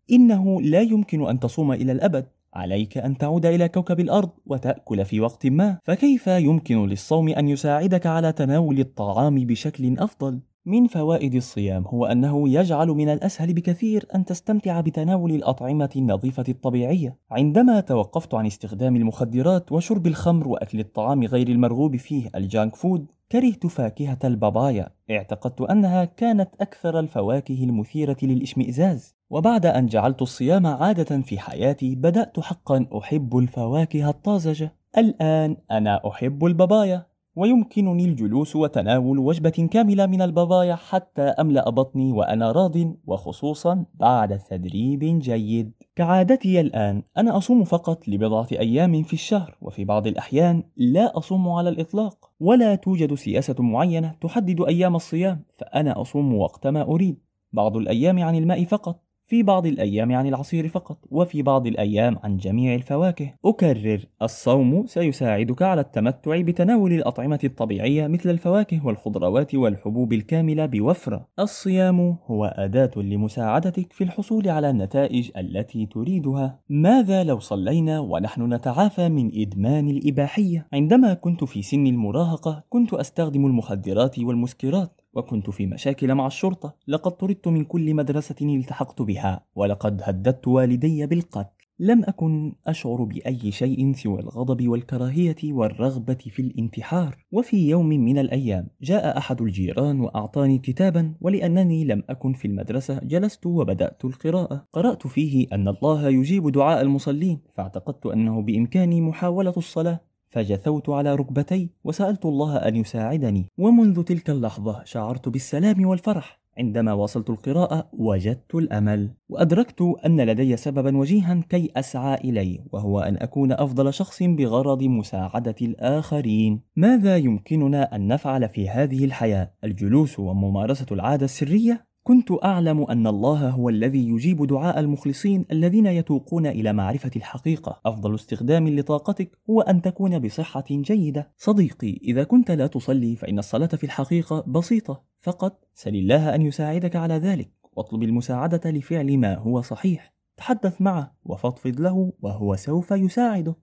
إنه لا يمكن أن تصوم إلى الأبد، عليك أن تعود إلى كوكب الأرض وتأكل في وقت ما، فكيف يمكن للصوم أن يساعدك على تناول الطعام بشكل أفضل؟ من فوائد الصيام هو أنه يجعل من الأسهل بكثير أن تستمتع بتناول الأطعمة النظيفة الطبيعية. عندما توقفت عن استخدام المخدرات وشرب الخمر وأكل الطعام غير المرغوب فيه الجانك فود، كرهت فاكهة البابايا، اعتقدت أنها كانت أكثر الفواكه المثيرة للإشمئزاز. وبعد أن جعلت الصيام عادة في حياتي، بدأت حقا أحب الفواكه الطازجة. الآن أنا أحب البابايا، ويمكنني الجلوس وتناول وجبة كاملة من البابايا حتى أملأ بطني وأنا راض، وخصوصا بعد تدريب جيد. كعادتي الآن أنا أصوم فقط لبضعة أيام في الشهر، وفي بعض الأحيان لا أصوم على الإطلاق، ولا توجد سياسة معينة تحدد أيام الصيام، فأنا أصوم وقتما أريد، بعض الأيام عن الماء فقط، في بعض الأيام عن العصير فقط، وفي بعض الأيام عن جميع الفواكه. أكرر، الصوم سيساعدك على التمتع بتناول الأطعمة الطبيعية مثل الفواكه والخضروات والحبوب الكاملة بوفرة. الصيام هو أداة لمساعدتك في الحصول على النتائج التي تريدها. ماذا لو صلينا ونحن نتعافى من إدمان الإباحية؟ عندما كنت في سن المراهقة كنت أستخدم المخدرات والمسكرات، وكنت في مشاكل مع الشرطة. لقد طردت من كل مدرسة التحقت بها، ولقد هددت والدي بالقتل. لم أكن أشعر بأي شيء سوى الغضب والكراهية والرغبة في الانتحار. وفي يوم من الأيام جاء أحد الجيران وأعطاني كتابا، ولأنني لم أكن في المدرسة جلست وبدأت القراءة. قرأت فيه أن الله يجيب دعاء المصلين، فاعتقدت أنه بإمكاني محاولة الصلاة، فجثوت على ركبتي وسألت الله أن يساعدني. ومنذ تلك اللحظة شعرت بالسلام والفرح. عندما واصلت القراءة وجدت الأمل، وأدركت أن لدي سببا وجيها كي أسعى إليه، وهو أن أكون أفضل شخص بغرض مساعدة الآخرين. ماذا يمكننا أن نفعل في هذه الحياة؟ الجلوس وممارسة العادة السرية؟ كنت أعلم أن الله هو الذي يجيب دعاء المخلصين الذين يتوقون إلى معرفة الحقيقة. أفضل استخدام لطاقتك هو أن تكون بصحة جيدة. صديقي، إذا كنت لا تصلي فإن الصلاة في الحقيقة بسيطة، فقط سل الله أن يساعدك على ذلك، واطلب المساعدة لفعل ما هو صحيح. تحدث معه وفضفض له وهو سوف يساعده.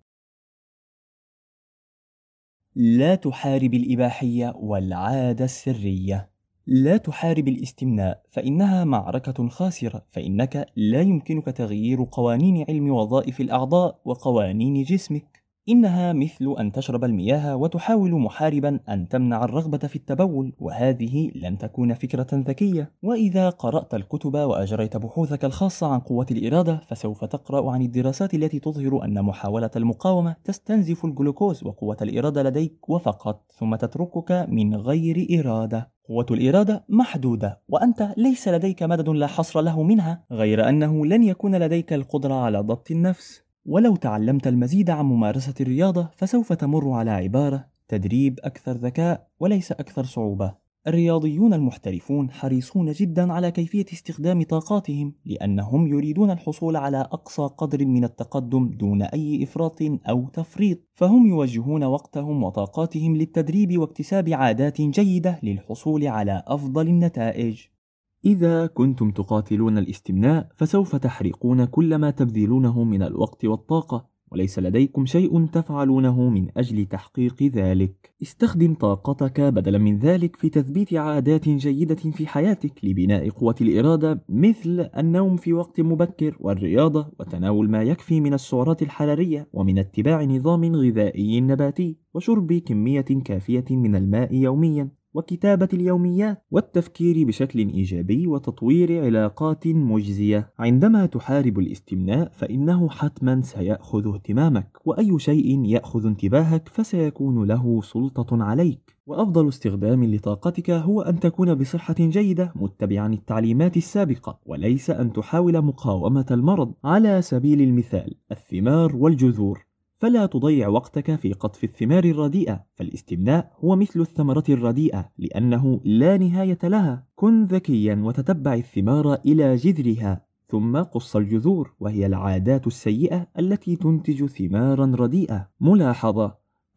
لا تحارب الإباحية والعادة السرية. لا تحارب الاستمناء، فإنها معركة خاسرة، فإنك لا يمكنك تغيير قوانين علم وظائف الأعضاء وقوانين جسمك. إنها مثل أن تشرب المياه وتحاول محاربا أن تمنع الرغبة في التبول، وهذه لن تكون فكرة ذكية. وإذا قرأت الكتب وأجريت بحوثك الخاصة عن قوة الإرادة، فسوف تقرأ عن الدراسات التي تظهر أن محاولة المقاومة تستنزف الجلوكوز وقوة الإرادة لديك وفقط، ثم تتركك من غير إرادة. قوة الإرادة محدودة، وأنت ليس لديك مدد لا حصر له منها، غير أنه لن يكون لديك القدرة على ضبط النفس. ولو تعلمت المزيد عن ممارسة الرياضة، فسوف تمر على عبارة تدريب أكثر ذكاء وليس أكثر صعوبة. الرياضيون المحترفون حريصون جدا على كيفية استخدام طاقاتهم، لأنهم يريدون الحصول على أقصى قدر من التقدم دون أي إفراط أو تفريط، فهم يوجهون وقتهم وطاقاتهم للتدريب واكتساب عادات جيدة للحصول على أفضل النتائج. إذا كنتم تقاتلون الاستمناء، فسوف تحرقون كل ما تبذلونه من الوقت والطاقة، وليس لديكم شيء تفعلونه من أجل تحقيق ذلك. استخدم طاقتك بدلا من ذلك في تثبيت عادات جيدة في حياتك لبناء قوة الإرادة، مثل النوم في وقت مبكر، والرياضة، وتناول ما يكفي من السعرات الحرارية، ومن اتباع نظام غذائي نباتي، وشرب كمية كافية من الماء يوميا، وكتابة اليوميات، والتفكير بشكل إيجابي، وتطوير علاقات مجزية. عندما تحارب الاستمناء فإنه حتما سيأخذ اهتمامك، وأي شيء يأخذ انتباهك فسيكون له سلطة عليك. وأفضل استخدام لطاقتك هو أن تكون بصحة جيدة متبعا التعليمات السابقة، وليس أن تحاول مقاومة المرض. على سبيل المثال، الثمار والجذور، فلا تضيع وقتك في قطف الثمار الرديئة، فالاستمناء هو مثل الثمرة الرديئة لأنه لا نهاية لها. كن ذكيا وتتبع الثمار إلى جذرها، ثم قص الجذور، وهي العادات السيئة التي تنتج ثمارا رديئة. ملاحظة: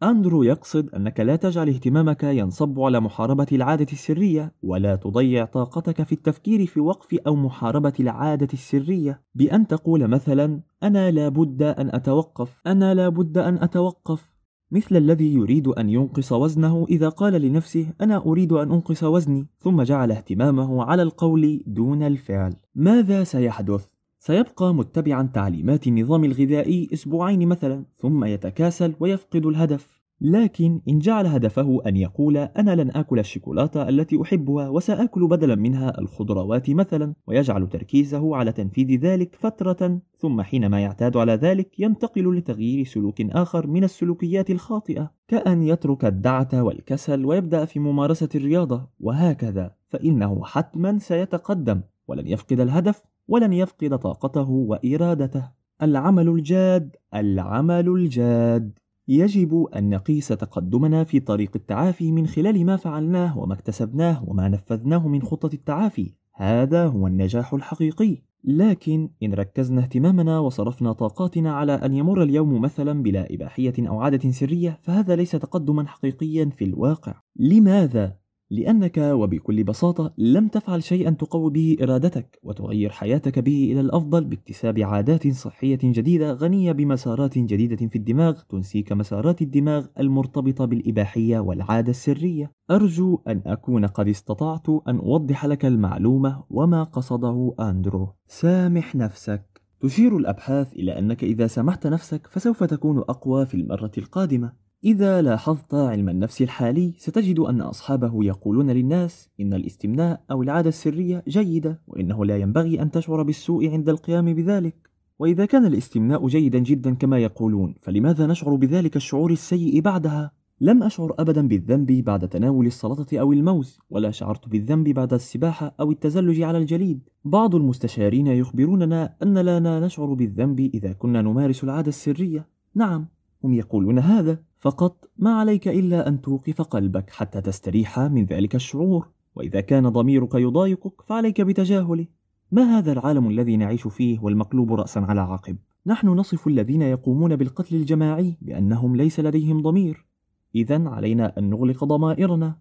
أندرو يقصد أنك لا تجعل اهتمامك ينصب على محاربة العادة السرية، ولا تضيع طاقتك في التفكير في وقف أو محاربة العادة السرية بأن تقول مثلا أنا لابد أن أتوقف، أنا لابد أن أتوقف، مثل الذي يريد أن ينقص وزنه إذا قال لنفسه أنا أريد أن أنقص وزني، ثم جعل اهتمامه على القول دون الفعل. ماذا سيحدث؟ سيبقى متبعا تعليمات النظام الغذائي أسبوعين مثلا، ثم يتكاسل ويفقد الهدف. لكن إن جعل هدفه أن يقول أنا لن آكل الشوكولاتة التي أحبها وسآكل بدلا منها الخضروات مثلا، ويجعل تركيزه على تنفيذ ذلك فترة، ثم حينما يعتاد على ذلك ينتقل لتغيير سلوك آخر من السلوكيات الخاطئة، كأن يترك الدعة والكسل ويبدأ في ممارسة الرياضة، وهكذا، فإنه حتما سيتقدم ولن يفقد الهدف ولن يفقد طاقته وإرادته. العمل الجاد، العمل الجاد. يجب أن نقيس تقدمنا في طريق التعافي من خلال ما فعلناه وما اكتسبناه وما نفذناه من خطة التعافي، هذا هو النجاح الحقيقي. لكن إن ركزنا اهتمامنا وصرفنا طاقاتنا على أن يمر اليوم مثلا بلا إباحية أو عادة سرية، فهذا ليس تقدما حقيقيا في الواقع. لماذا؟ لأنك وبكل بساطة لم تفعل شيئا تقوي به إرادتك وتغير حياتك به إلى الأفضل باكتساب عادات صحية جديدة غنية بمسارات جديدة في الدماغ تنسيك مسارات الدماغ المرتبطة بالإباحية والعادة السرية. أرجو أن أكون قد استطعت أن أوضح لك المعلومة وما قصده أندرو. سامح نفسك. تشير الأبحاث إلى أنك إذا سامحت نفسك فسوف تكون أقوى في المرة القادمة. إذا لاحظت علم النفس الحالي ستجد أن أصحابه يقولون للناس إن الاستمناء أو العادة السرية جيدة، وإنه لا ينبغي أن تشعر بالسوء عند القيام بذلك. وإذا كان الاستمناء جيدا جدا كما يقولون، فلماذا نشعر بذلك الشعور السيء بعدها؟ لم أشعر أبدا بالذنب بعد تناول السلطة أو الموز، ولا شعرت بالذنب بعد السباحة أو التزلج على الجليد. بعض المستشارين يخبروننا أن لا نشعر بالذنب إذا كنا نمارس العادة السرية. نعم، هم يقولون هذا، فقط ما عليك إلا أن توقف قلبك حتى تستريح من ذلك الشعور، وإذا كان ضميرك يضايقك فعليك بتجاهله. ما هذا العالم الذي نعيش فيه والمقلوب رأسا على عقب؟ نحن نصف الذين يقومون بالقتل الجماعي بأنهم ليس لديهم ضمير، إذن علينا أن نغلق ضمائرنا.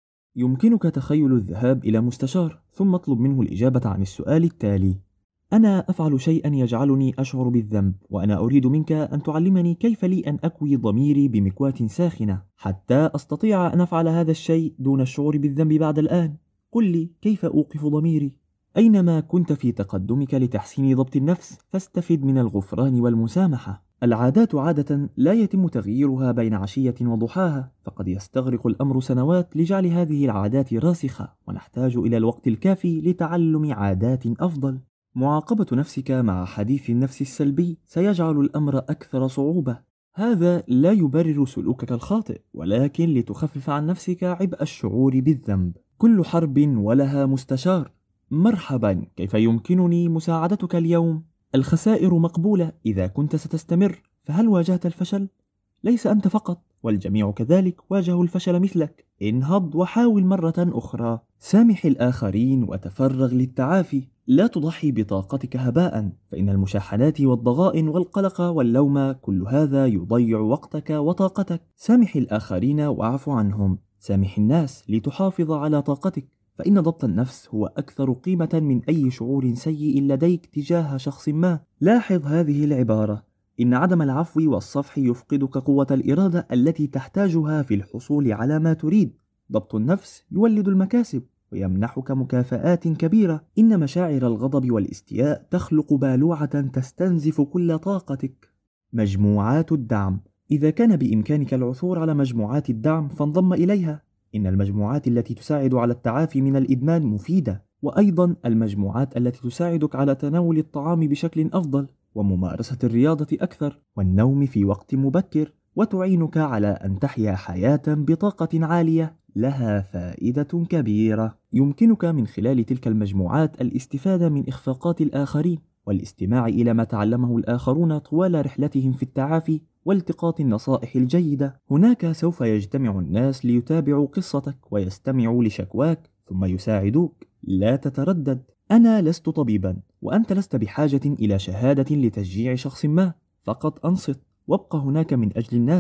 يمكنك تخيل الذهاب إلى مستشار ثم اطلب منه الإجابة عن السؤال التالي: أنا أفعل شيئا يجعلني أشعر بالذنب، وأنا أريد منك أن تعلمني كيف لي أن أكوي ضميري بمكواة ساخنة حتى أستطيع أن أفعل هذا الشيء دون الشعور بالذنب بعد الآن. قل لي كيف أوقف ضميري؟ أينما كنت في تقدمك لتحسين ضبط النفس فاستفد من الغفران والمسامحة. العادات عادة لا يتم تغييرها بين عشية وضحاها، فقد يستغرق الأمر سنوات لجعل هذه العادات راسخة، ونحتاج إلى الوقت الكافي لتعلم عادات أفضل. معاقبة نفسك مع حديث النفس السلبي سيجعل الأمر أكثر صعوبة. هذا لا يبرر سلوكك الخاطئ، ولكن لتخفف عن نفسك عبء الشعور بالذنب. كل حرب ولها مستشار. مرحبا، كيف يمكنني مساعدتك اليوم؟ الخسائر مقبولة إذا كنت ستستمر، فهل واجهت الفشل؟ ليس أنت فقط، والجميع كذلك واجهوا الفشل مثلك. انهض وحاول مرة أخرى. سامح الآخرين وتفرغ للتعافي. لا تضحي بطاقتك هباء، فإن المشاحنات والضغائن والقلق واللوم كل هذا يضيع وقتك وطاقتك. سامح الآخرين واعف عنهم. سامح الناس لتحافظ على طاقتك، فإن ضبط النفس هو أكثر قيمة من أي شعور سيء لديك تجاه شخص ما. لاحظ هذه العبارة: إن عدم العفو والصفح يفقدك قوة الإرادة التي تحتاجها في الحصول على ما تريد. ضبط النفس يولد المكاسب ويمنحك مكافآت كبيرة. إن مشاعر الغضب والاستياء تخلق بالوعة تستنزف كل طاقتك. مجموعات الدعم. إذا كان بإمكانك العثور على مجموعات الدعم فانضم إليها. إن المجموعات التي تساعد على التعافي من الإدمان مفيدة، وأيضا المجموعات التي تساعدك على تناول الطعام بشكل أفضل، وممارسة الرياضة أكثر، والنوم في وقت مبكر، وتعينك على أن تحيا حياة بطاقة عالية لها فائدة كبيرة. يمكنك من خلال تلك المجموعات الاستفادة من إخفاقات الآخرين، والاستماع إلى ما تعلمه الآخرون طوال رحلتهم في التعافي، والتقاط النصائح الجيدة. هناك سوف يجتمع الناس ليتابعوا قصتك ويستمعوا لشكواك ثم يساعدوك. لا تتردد. أنا لست طبيبا، وأنت لست بحاجة إلى شهادة لتشجيع شخص ما. فقط أنصت وابق هناك من أجل الناس،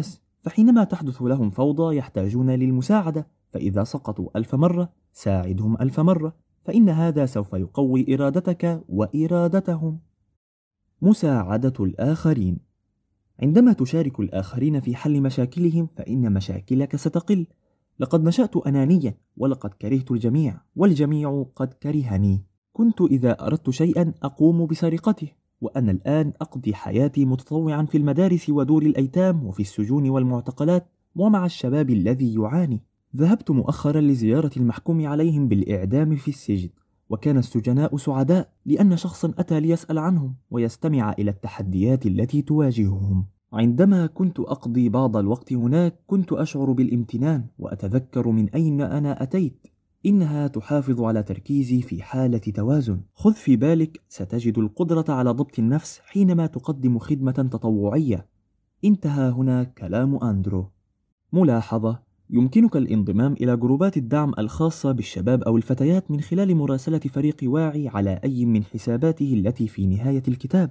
فحينما تحدث لهم فوضى يحتاجون للمساعدة، فإذا سقطوا ألف مرة ساعدهم ألف مرة، فإن هذا سوف يقوي إرادتك وإرادتهم. مساعدة الآخرين. عندما تشارك الآخرين في حل مشاكلهم فإن مشاكلك ستقل. لقد نشأت أنانيا ولقد كرهت الجميع والجميع قد كرهني. كنت إذا أردت شيئا أقوم بسرقته، وأنا الآن أقضي حياتي متطوعا في المدارس ودور الأيتام وفي السجون والمعتقلات ومع الشباب الذي يعاني. ذهبت مؤخرا لزيارة المحكوم عليهم بالإعدام في السجن، وكان السجناء سعداء لأن شخصا أتى ليسأل عنهم ويستمع إلى التحديات التي تواجههم. عندما كنت أقضي بعض الوقت هناك كنت أشعر بالامتنان وأتذكر من أين أنا أتيت. إنها تحافظ على تركيزي في حالة توازن. خذ في بالك ستجد القدرة على ضبط النفس حينما تقدم خدمة تطوعية. انتهى هنا كلام أندرو. ملاحظة: يمكنك الانضمام إلى جروبات الدعم الخاصة بالشباب أو الفتيات من خلال مراسلة فريق واعي على أي من حساباته التي في نهاية الكتاب.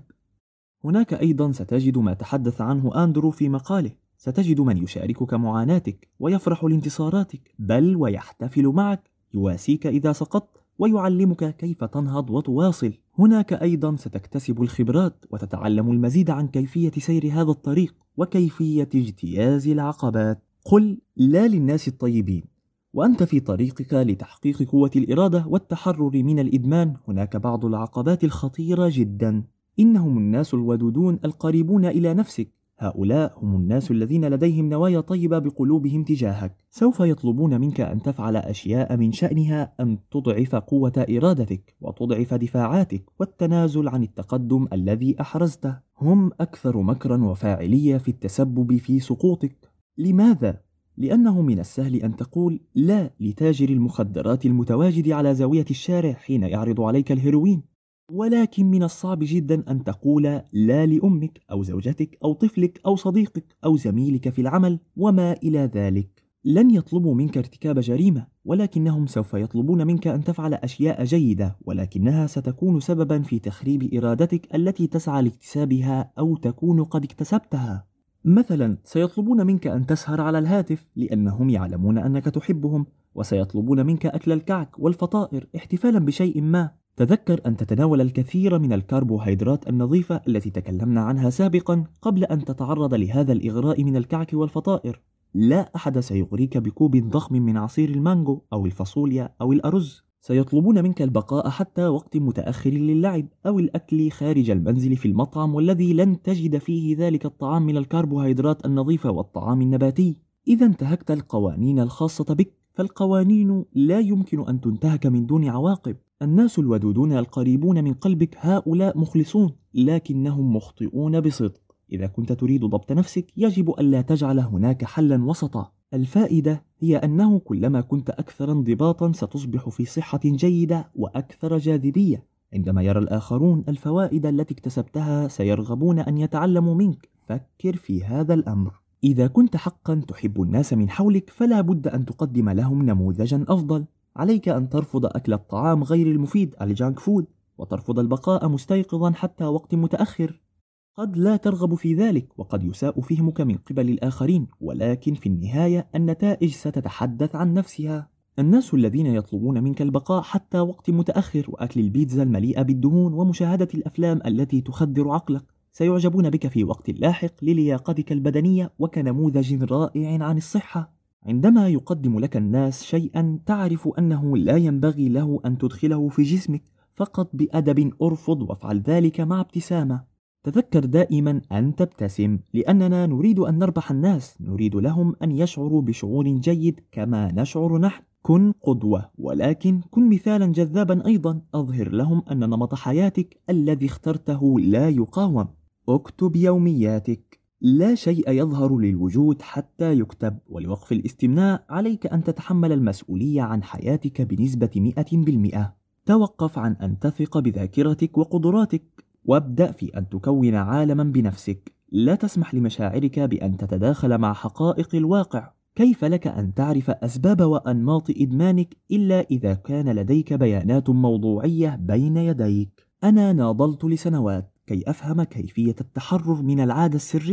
هناك أيضا ستجد ما تحدث عنه أندرو في مقاله. ستجد من يشاركك معاناتك ويفرح لانتصاراتك، بل ويحتفل معك، يواسيك إذا سقطت ويعلمك كيف تنهض وتواصل. هناك أيضا ستكتسب الخبرات وتتعلم المزيد عن كيفية سير هذا الطريق وكيفية اجتياز العقبات. قل لا للناس الطيبين وأنت في طريقك لتحقيق قوة الإرادة والتحرر من الإدمان. هناك بعض العقبات الخطيرة جدا. إنهم الناس الودودون القريبون إلى نفسك. هؤلاء هم الناس الذين لديهم نوايا طيبة بقلوبهم تجاهك. سوف يطلبون منك أن تفعل أشياء من شأنها أن تضعف قوة إرادتك وتضعف دفاعاتك والتنازل عن التقدم الذي أحرزته. هم أكثر مكرا وفاعلية في التسبب في سقوطك. لماذا؟ لأنه من السهل أن تقول لا لتاجر المخدرات المتواجد على زاوية الشارع حين يعرض عليك الهيروين، ولكن من الصعب جدا أن تقول لا لأمك أو زوجتك أو طفلك أو صديقك أو زميلك في العمل وما إلى ذلك. لن يطلبوا منك ارتكاب جريمة، ولكنهم سوف يطلبون منك أن تفعل أشياء جيدة، ولكنها ستكون سببا في تخريب إرادتك التي تسعى لاكتسابها أو تكون قد اكتسبتها. مثلا سيطلبون منك أن تسهر على الهاتف لأنهم يعلمون أنك تحبهم، وسيطلبون منك أكل الكعك والفطائر احتفالا بشيء ما. تذكر أن تتناول الكثير من الكربوهيدرات النظيفة التي تكلمنا عنها سابقا قبل أن تتعرض لهذا الإغراء من الكعك والفطائر. لا أحد سيغريك بكوب ضخم من عصير المانجو أو الفاصوليا أو الأرز. سيطلبون منك البقاء حتى وقت متأخر للعب أو الأكل خارج المنزل في المطعم والذي لن تجد فيه ذلك الطعام من الكربوهيدرات النظيفة والطعام النباتي. إذا انتهكت القوانين الخاصة بك فالقوانين لا يمكن أن تنتهك من دون عواقب. الناس الودودون القريبون من قلبك هؤلاء مخلصون لكنهم مخطئون بصدق. إذا كنت تريد ضبط نفسك يجب ألا تجعل هناك حلا وسطا. الفائدة هي أنه كلما كنت أكثر انضباطا ستصبح في صحة جيدة وأكثر جاذبية. عندما يرى الآخرون الفوائد التي اكتسبتها سيرغبون أن يتعلموا منك. فكر في هذا الأمر. إذا كنت حقا تحب الناس من حولك فلا بد أن تقدم لهم نموذجا أفضل. عليك أن ترفض أكل الطعام غير المفيد الجانك فود، وترفض البقاء مستيقظا حتى وقت متأخر. قد لا ترغب في ذلك وقد يساء فهمك من قبل الآخرين، ولكن في النهاية النتائج ستتحدث عن نفسها. الناس الذين يطلبون منك البقاء حتى وقت متأخر وأكل البيتزا المليئة بالدهون ومشاهدة الأفلام التي تخدر عقلك سيعجبون بك في وقت لاحق للياقتك البدنية وكنموذج رائع عن الصحة. عندما يقدم لك الناس شيئا تعرف أنه لا ينبغي له أن تدخله في جسمك، فقط بأدب أرفض وافعل ذلك مع ابتسامة. تذكر دائما أن تبتسم لأننا نريد أن نربح الناس، نريد لهم أن يشعروا بشعور جيد كما نشعر نحن. كن قدوة، ولكن كن مثالا جذابا أيضا. أظهر لهم أن نمط حياتك الذي اخترته لا يقاوم. اكتب يومياتك. لا شيء يظهر للوجود حتى يكتب، ولوقف الاستمناء عليك أن تتحمل المسؤولية عن حياتك بنسبة مئة بالمئة. توقف عن أن تثق بذاكرتك وقدراتك، وابدأ في أن تكون عالما بنفسك. لا تسمح لمشاعرك بأن تتداخل مع حقائق الواقع. كيف لك أن تعرف أسباب وأنماط إدمانك إلا إذا كان لديك بيانات موضوعية بين يديك؟ أنا ناضلت لسنوات كي أفهم كيفية التحرر من العادة السرية.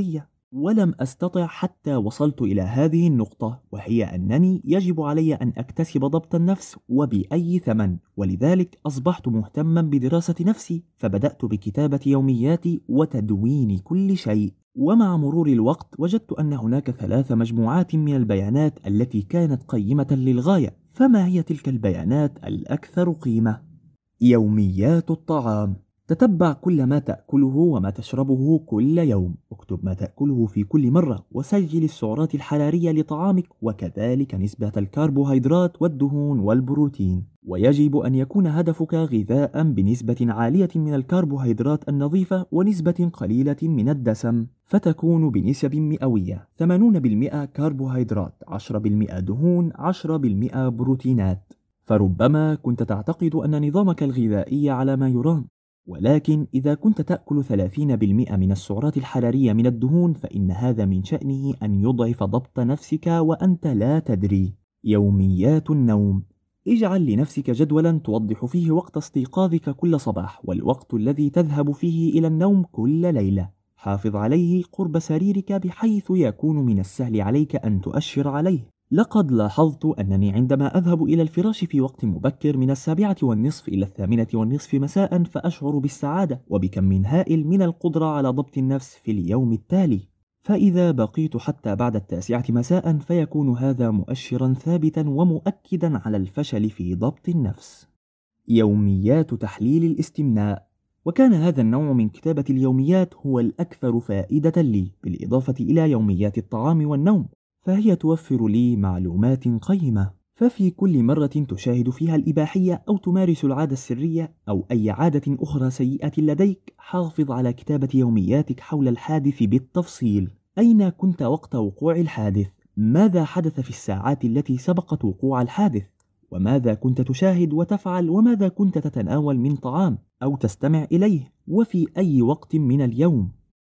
ولم أستطع حتى وصلت إلى هذه النقطة، وهي أنني يجب علي أن أكتسب ضبط النفس وبأي ثمن، ولذلك أصبحت مهتما بدراسة نفسي، فبدأت بكتابة يومياتي وتدوين كل شيء. ومع مرور الوقت وجدت أن هناك ثلاث مجموعات من البيانات التي كانت قيمة للغاية. فما هي تلك البيانات الأكثر قيمة؟ يوميات الطعام. تتبع كل ما تأكله وما تشربه كل يوم، اكتب ما تأكله في كل مرة، وسجل السعرات الحرارية لطعامك وكذلك نسبة الكربوهيدرات والدهون والبروتين. ويجب أن يكون هدفك غذاء بنسبة عالية من الكربوهيدرات النظيفة ونسبة قليلة من الدسم، فتكون بنسب مئوية: ثمانين بالمئة كربوهيدرات، عشرة بالمئة دهون، عشرة بالمئة بروتينات. فربما كنت تعتقد أن نظامك الغذائي على ما يرام، ولكن إذا كنت تأكل ثلاثين بالمئة من السعرات الحرارية من الدهون فإن هذا من شأنه أن يضعف ضبط نفسك وأنت لا تدري. يوميات النوم. اجعل لنفسك جدولا توضح فيه وقت استيقاظك كل صباح والوقت الذي تذهب فيه إلى النوم كل ليلة. حافظ عليه قرب سريرك بحيث يكون من السهل عليك أن تؤشر عليه. لقد لاحظت أنني عندما أذهب إلى الفراش في وقت مبكر من السابعة والنصف إلى الثامنة والنصف مساء فأشعر بالسعادة وبكم هائل من القدرة على ضبط النفس في اليوم التالي. فإذا بقيت حتى بعد التاسعة مساء فيكون هذا مؤشرا ثابتا ومؤكدا على الفشل في ضبط النفس. يوميات تحليل الاستمناء. وكان هذا النوع من كتابة اليوميات هو الأكثر فائدة لي، بالإضافة إلى يوميات الطعام والنوم، فهي توفر لي معلومات قيمة. ففي كل مرة تشاهد فيها الإباحية أو تمارس العادة السرية أو أي عادة أخرى سيئة لديك، حافظ على كتابة يومياتك حول الحادث بالتفصيل. أين كنت وقت وقوع الحادث؟ ماذا حدث في الساعات التي سبقت وقوع الحادث؟ وماذا كنت تشاهد وتفعل؟ وماذا كنت تتناول من طعام أو تستمع إليه؟ وفي أي وقت من اليوم؟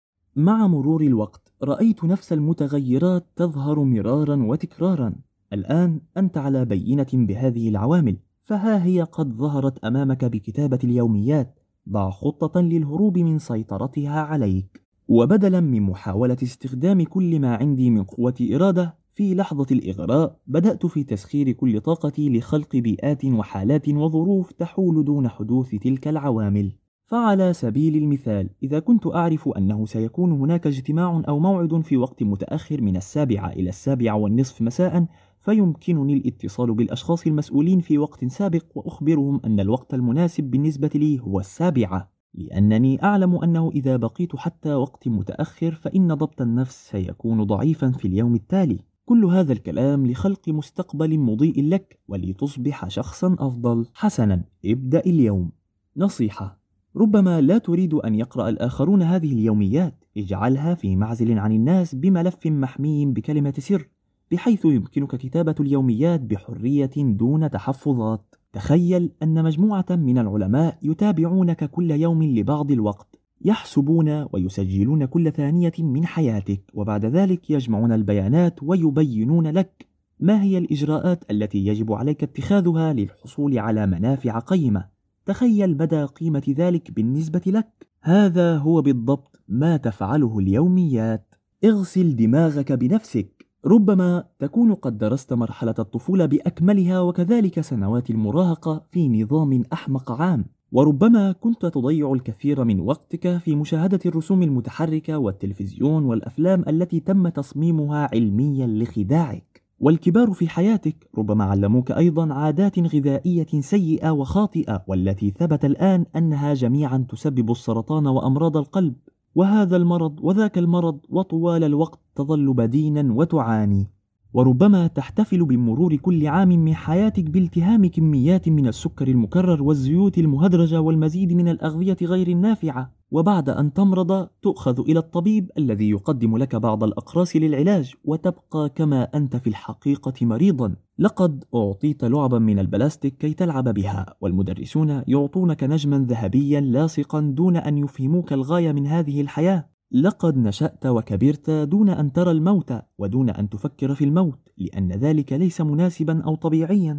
مع مرور الوقت رأيت نفس المتغيرات تظهر مرارا وتكرارا. الآن أنت على بينة بهذه العوامل، فها هي قد ظهرت أمامك بكتابة اليوميات. ضع خطة للهروب من سيطرتها عليك. وبدلا من محاولة استخدام كل ما عندي من قوة إرادة في لحظة الإغراء، بدأت في تسخير كل طاقتي لخلق بيئات وحالات وظروف تحول دون حدوث تلك العوامل. فعلى سبيل المثال، إذا كنت أعرف أنه سيكون هناك اجتماع أو موعد في وقت متأخر من السابعة إلى السابعة والنصف مساء، فيمكنني الاتصال بالأشخاص المسؤولين في وقت سابق وأخبرهم أن الوقت المناسب بالنسبة لي هو السابعة، لأنني أعلم أنه إذا بقيت حتى وقت متأخر فإن ضبط النفس سيكون ضعيفا في اليوم التالي. كل هذا الكلام لخلق مستقبل مضيء لك ولتصبح شخصا أفضل. حسنا، ابدأ اليوم. نصيحة: ربما لا تريد أن يقرأ الآخرون هذه اليوميات، اجعلها في معزل عن الناس بملف محمي بكلمة سر، بحيث يمكنك كتابة اليوميات بحرية دون تحفظات. تخيل أن مجموعة من العلماء يتابعونك كل يوم لبعض الوقت، يحسبون ويسجلون كل ثانية من حياتك، وبعد ذلك يجمعون البيانات ويبينون لك ما هي الإجراءات التي يجب عليك اتخاذها للحصول على منافع قيمة. تخيل مدى قيمة ذلك بالنسبة لك. هذا هو بالضبط ما تفعله اليوميات. اغسل دماغك بنفسك. ربما تكون قد درست مرحلة الطفولة بأكملها وكذلك سنوات المراهقة في نظام أحمق عام، وربما كنت تضيع الكثير من وقتك في مشاهدة الرسوم المتحركة والتلفزيون والأفلام التي تم تصميمها علميا لخداعك. والكبار في حياتك ربما علموك أيضا عادات غذائية سيئة وخاطئة، والتي ثبت الآن أنها جميعا تسبب السرطان وأمراض القلب وهذا المرض وذاك المرض، وطوال الوقت تظل بدينا وتعاني. وربما تحتفل بمرور كل عام من حياتك بالتهام كميات من السكر المكرر والزيوت المهدرجة والمزيد من الأغذية غير النافعة، وبعد أن تمرض تؤخذ إلى الطبيب الذي يقدم لك بعض الأقراص للعلاج، وتبقى كما أنت في الحقيقة مريضا. لقد أعطيت لعبا من البلاستيك كي تلعب بها، والمدرسون يعطونك نجما ذهبيا لاصقا دون أن يفهموك الغاية من هذه الحياة. لقد نشأت وكبرت دون أن ترى الموت ودون أن تفكر في الموت، لأن ذلك ليس مناسبا أو طبيعيا.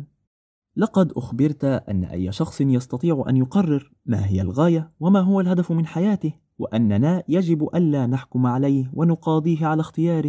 لقد أخبرت أن أي شخص يستطيع أن يقرر ما هي الغاية وما هو الهدف من حياته، وأننا يجب ألا نحكم عليه ونقاضيه على اختياره.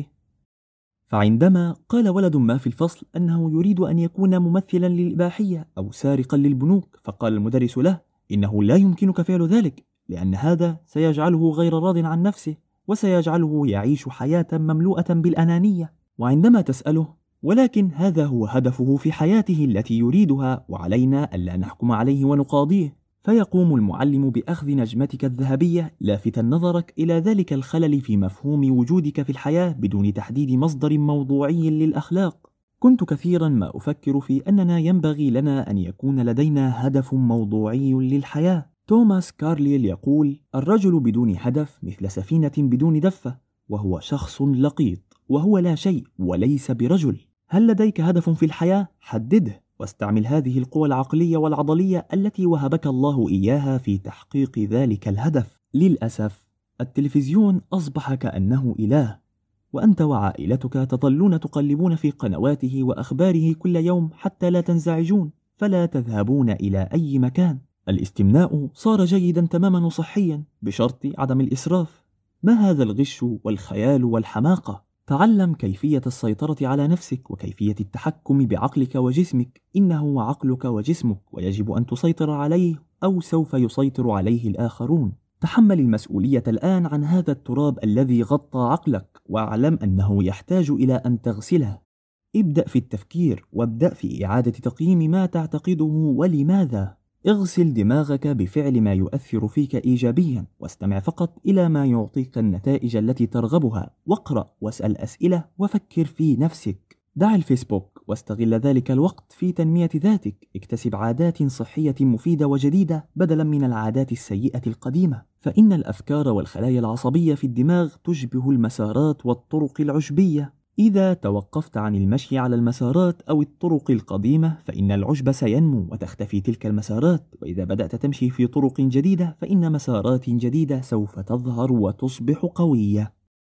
فعندما قال ولد ما في الفصل أنه يريد أن يكون ممثلا للإباحية أو سارقا للبنوك، فقال المدرس له: إنه لا يمكنك فعل ذلك، لأن هذا سيجعله غير راض عن نفسه وسيجعله يعيش حياة مملوءة بالأنانية. وعندما تسأله: ولكن هذا هو هدفه في حياته التي يريدها وعلينا ألا نحكم عليه ونقاضيه، فيقوم المعلم بأخذ نجمتك الذهبية لافتا نظرك إلى ذلك الخلل في مفهوم وجودك في الحياة بدون تحديد مصدر موضوعي للأخلاق. كنت كثيرا ما أفكر في أننا ينبغي لنا أن يكون لدينا هدف موضوعي للحياة. توماس كارليل يقول: الرجل بدون هدف مثل سفينة بدون دفة، وهو شخص لقيط، وهو لا شيء وليس برجل. هل لديك هدف في الحياة؟ حدده، واستعمل هذه القوى العقلية والعضلية التي وهبك الله إياها في تحقيق ذلك الهدف. للأسف التلفزيون أصبح كأنه إله، وأنت وعائلتك تظلون تقلبون في قنواته وأخباره كل يوم حتى لا تنزعجون، فلا تذهبون إلى أي مكان. الاستمناء صار جيدا تماما وصحيا بشرط عدم الإسراف. ما هذا الغش والخيال والحماقة؟ تعلم كيفية السيطرة على نفسك وكيفية التحكم بعقلك وجسمك. إنه عقلك وجسمك، ويجب أن تسيطر عليه أو سوف يسيطر عليه الآخرون. تحمل المسؤولية الآن عن هذا التراب الذي غطى عقلك، واعلم أنه يحتاج إلى أن تغسله. ابدأ في التفكير، وابدأ في إعادة تقييم ما تعتقده ولماذا. اغسل دماغك بفعل ما يؤثر فيك إيجابيا، واستمع فقط إلى ما يعطيك النتائج التي ترغبها، واقرأ واسأل أسئلة وفكر في نفسك. دع الفيسبوك واستغل ذلك الوقت في تنمية ذاتك. اكتسب عادات صحية مفيدة وجديدة بدلا من العادات السيئة القديمة، فإن الأفكار والخلايا العصبية في الدماغ تشبه المسارات والطرق العشبية. إذا توقفت عن المشي على المسارات أو الطرق القديمة فإن العشب سينمو وتختفي تلك المسارات، وإذا بدأت تمشي في طرق جديدة فإن مسارات جديدة سوف تظهر وتصبح قوية.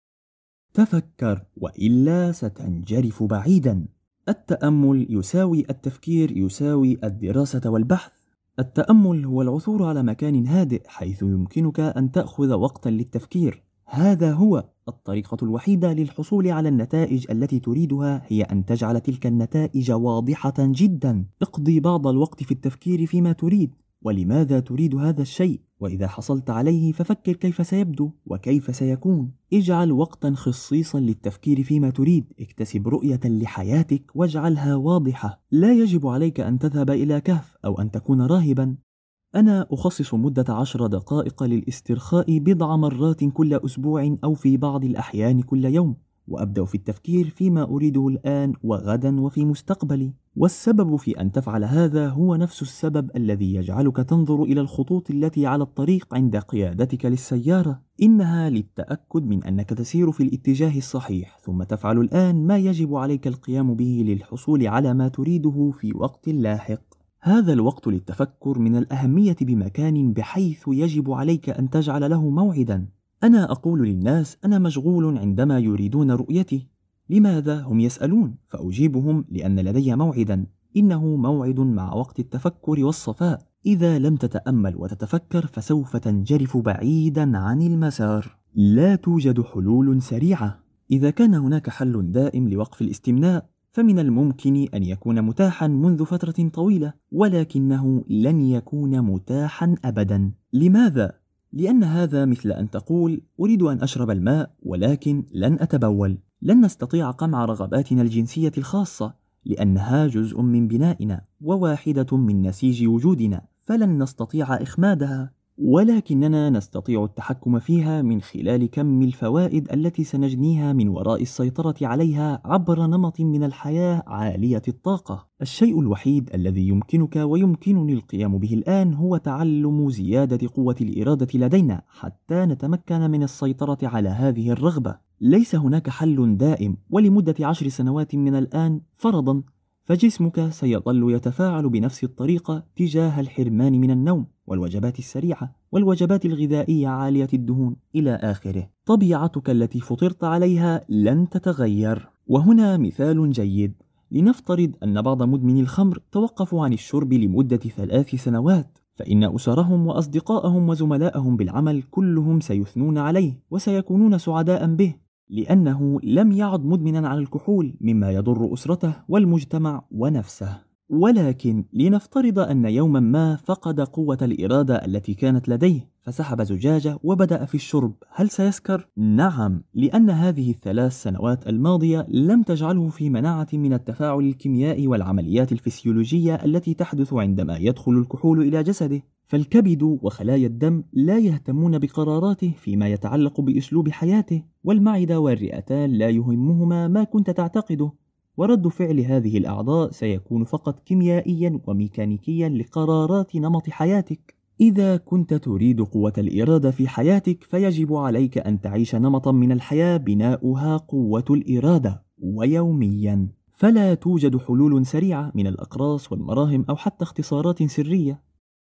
تفكر وإلا ستنجرف بعيدا. التأمل يساوي التفكير يساوي الدراسة والبحث. التأمل هو العثور على مكان هادئ حيث يمكنك أن تأخذ وقتا للتفكير. هذا هو الطريقة الوحيدة للحصول على النتائج التي تريدها، هي أن تجعل تلك النتائج واضحة جدا. اقضي بعض الوقت في التفكير فيما تريد ولماذا تريد هذا الشيء، وإذا حصلت عليه ففكر كيف سيبدو وكيف سيكون. اجعل وقتا خصيصا للتفكير فيما تريد. اكتسب رؤية لحياتك واجعلها واضحة. لا يجب عليك أن تذهب إلى كهف أو أن تكون راهبا. أنا أخصص مدة عشر دقائق للاسترخاء بضع مرات كل أسبوع أو في بعض الأحيان كل يوم، وأبدأ في التفكير فيما أريده الآن وغدا وفي مستقبلي. والسبب في أن تفعل هذا هو نفس السبب الذي يجعلك تنظر إلى الخطوط التي على الطريق عند قيادتك للسيارة. إنها للتأكد من أنك تسير في الاتجاه الصحيح، ثم تفعل الآن ما يجب عليك القيام به للحصول على ما تريده في وقت لاحق. هذا الوقت للتفكر من الأهمية بمكان بحيث يجب عليك أن تجعل له موعدا. أنا أقول للناس أنا مشغول عندما يريدون رؤيتي. لماذا؟ هم يسألون، فأجيبهم لأن لدي موعدا، إنه موعد مع وقت التفكر والصفاء. إذا لم تتأمل وتتفكر فسوف تنجرف بعيدا عن المسار. لا توجد حلول سريعة. إذا كان هناك حل دائم لوقف الاستمناء فمن الممكن أن يكون متاحا منذ فترة طويلة، ولكنه لن يكون متاحا أبدا. لماذا؟ لأن هذا مثل أن تقول أريد أن أشرب الماء ولكن لن أتبول. لن نستطيع قمع رغباتنا الجنسية الخاصة لأنها جزء من بنائنا وواحدة من نسيج وجودنا، فلن نستطيع إخمادها، ولكننا نستطيع التحكم فيها من خلال كم الفوائد التي سنجنيها من وراء السيطرة عليها عبر نمط من الحياة عالية الطاقة. الشيء الوحيد الذي يمكنك ويمكنني القيام به الآن هو تعلم زيادة قوة الإرادة لدينا حتى نتمكن من السيطرة على هذه الرغبة. ليس هناك حل دائم، ولمدة عشر سنوات من الآن فرضا فجسمك سيظل يتفاعل بنفس الطريقة تجاه الحرمان من النوم والوجبات السريعة والوجبات الغذائية عالية الدهون إلى آخره. طبيعتك التي فطرت عليها لن تتغير. وهنا مثال جيد. لنفترض أن بعض مدمني الخمر توقفوا عن الشرب لمدة ثلاث سنوات، فإن أسرهم وأصدقائهم وزملائهم بالعمل كلهم سيثنون عليه وسيكونون سعداء به، لأنه لم يعد مدمنا على الكحول مما يضر أسرته والمجتمع ونفسه. ولكن لنفترض أن يوما ما فقد قوة الإرادة التي كانت لديه فسحب زجاجة وبدأ في الشرب، هل سيسكر؟ نعم، لأن هذه الثلاث سنوات الماضية لم تجعله في مناعة من التفاعل الكيميائي والعمليات الفسيولوجية التي تحدث عندما يدخل الكحول إلى جسده. فالكبد وخلايا الدم لا يهتمون بقراراته فيما يتعلق بأسلوب حياته، والمعدة والرئتان لا يهمهما ما كنت تعتقده، ورد فعل هذه الأعضاء سيكون فقط كيميائيا وميكانيكيا لقرارات نمط حياتك. إذا كنت تريد قوة الإرادة في حياتك فيجب عليك أن تعيش نمطا من الحياة بناؤها قوة الإرادة، ويوميا. فلا توجد حلول سريعة من الأقراص والمراهم أو حتى اختصارات سرية.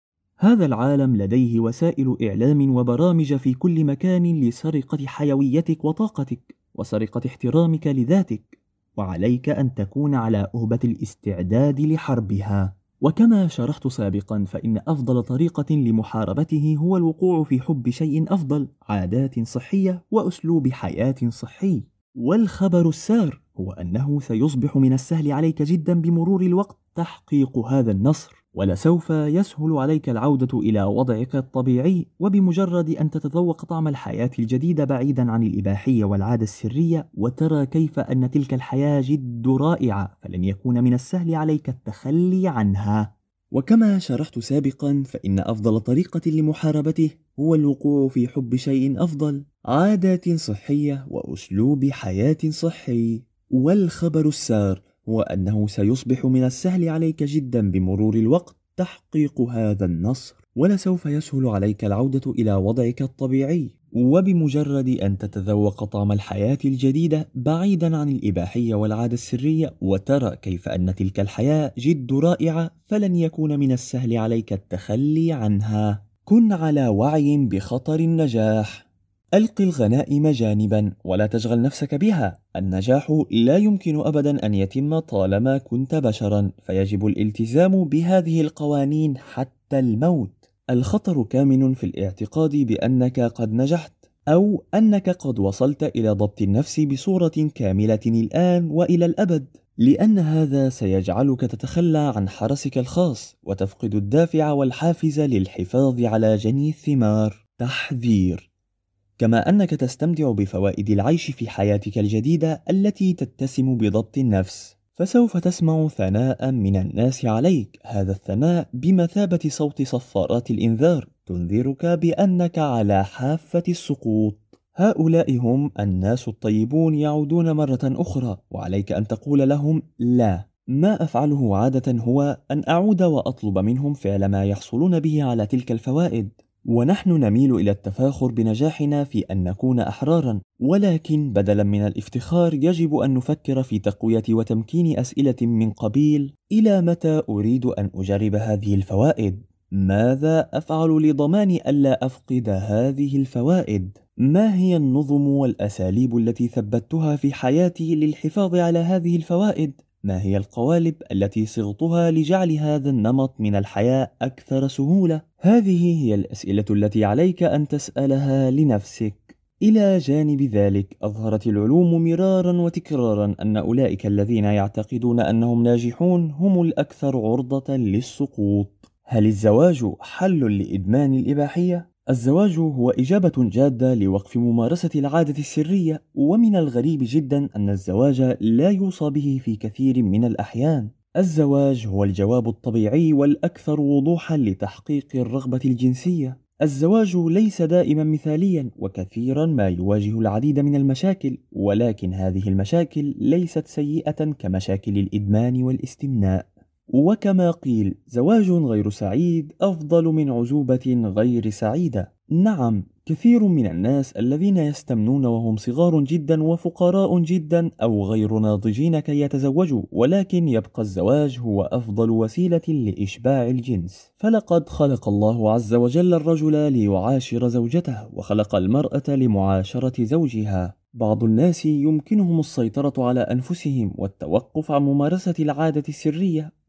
هذا العالم لديه وسائل إعلام وبرامج في كل مكان لسرقة حيويتك وطاقتك وسرقة احترامك لذاتك، وعليك أن تكون على أهبة الاستعداد لحربها. وكما شرحت سابقا فإن أفضل طريقة لمحاربته هو الوقوع في حب شيء أفضل، عادات صحية وأسلوب حياة صحي. والخبر السار هو أنه سيصبح من السهل عليك جدا بمرور الوقت تحقيق هذا النصر، ولسوف يسهل عليك العودة إلى وضعك الطبيعي، وبمجرد أن تتذوق طعم الحياة الجديدة بعيدا عن الإباحية والعادة السرية وترى كيف أن تلك الحياة جد رائعة، فلن يكون من السهل عليك التخلي عنها. وكما شرحت سابقا فإن أفضل طريقة لمحاربته هو الوقوع في حب شيء أفضل، عادات صحية وأسلوب حياة صحي. والخبر السار هو أنه سيصبح من السهل عليك جدا بمرور الوقت تحقيق هذا النصر، ولسوف يسهل عليك العودة إلى وضعك الطبيعي، وبمجرد أن تتذوق طعم الحياة الجديدة بعيدا عن الإباحية والعادة السرية وترى كيف أن تلك الحياة جد رائعة، فلن يكون من السهل عليك التخلي عنها. كن على وعي بخطر النجاح. ألق الغنائم جانبا ولا تشغل نفسك بها. النجاح لا يمكن أبدا أن يتم طالما كنت بشرا، فيجب الالتزام بهذه القوانين حتى الموت. الخطر كامن في الاعتقاد بأنك قد نجحت، أو أنك قد وصلت إلى ضبط النفس بصورة كاملة الآن وإلى الأبد، لأن هذا سيجعلك تتخلى عن حرسك الخاص وتفقد الدافع والحافز للحفاظ على جني الثمار. تحذير: كما أنك تستمتع بفوائد العيش في حياتك الجديدة التي تتسم بضبط النفس، فسوف تسمع ثناء من الناس عليك. هذا الثناء بمثابة صوت صفارات الإنذار تنذرك بأنك على حافة السقوط. هؤلاء هم الناس الطيبون يعودون مرة أخرى، وعليك أن تقول لهم لا. ما أفعله عادة هو أن أعود وأطلب منهم فعل ما يحصلون به على تلك الفوائد، ونحن نميل إلى التفاخر بنجاحنا في أن نكون أحرارا، ولكن بدلا من الافتخار يجب أن نفكر في تقوية وتمكين أسئلة من قبيل: إلى متى أريد أن أجرب هذه الفوائد؟ ماذا أفعل لضمان ألا أفقد هذه الفوائد؟ ما هي النظم والأساليب التي ثبتها في حياتي للحفاظ على هذه الفوائد؟ ما هي القوالب التي صغتها لجعل هذا النمط من الحياة أكثر سهولة؟ هذه هي الأسئلة التي عليك أن تسألها لنفسك. إلى جانب ذلك، أظهرت العلوم مرارا وتكرارا أن أولئك الذين يعتقدون أنهم ناجحون هم الأكثر عرضة للسقوط. هل الزواج حل لإدمان الإباحية؟ الزواج هو إجابة جادة لوقف ممارسة العادة السرية، ومن الغريب جدا أن الزواج لا يوصى به في كثير من الأحيان. الزواج هو الجواب الطبيعي والأكثر وضوحا لتحقيق الرغبة الجنسية. الزواج ليس دائما مثاليا، وكثيرا ما يواجه العديد من المشاكل، ولكن هذه المشاكل ليست سيئة كمشاكل الإدمان والاستمناء. وكما قيل: زواج غير سعيد أفضل من عزوبة غير سعيدة. نعم، كثير من الناس الذين يستمنون وهم صغار جدا وفقراء جدا أو غير ناضجين كي يتزوجوا، ولكن يبقى الزواج هو أفضل وسيلة لإشباع الجنس. فلقد خلق الله عز وجل الرجل ليعاشر زوجته، وخلق المرأة لمعاشرة زوجها. بعض الناس يمكنهم السيطرة على أنفسهم والتوقف عن ممارسة العادة السرية،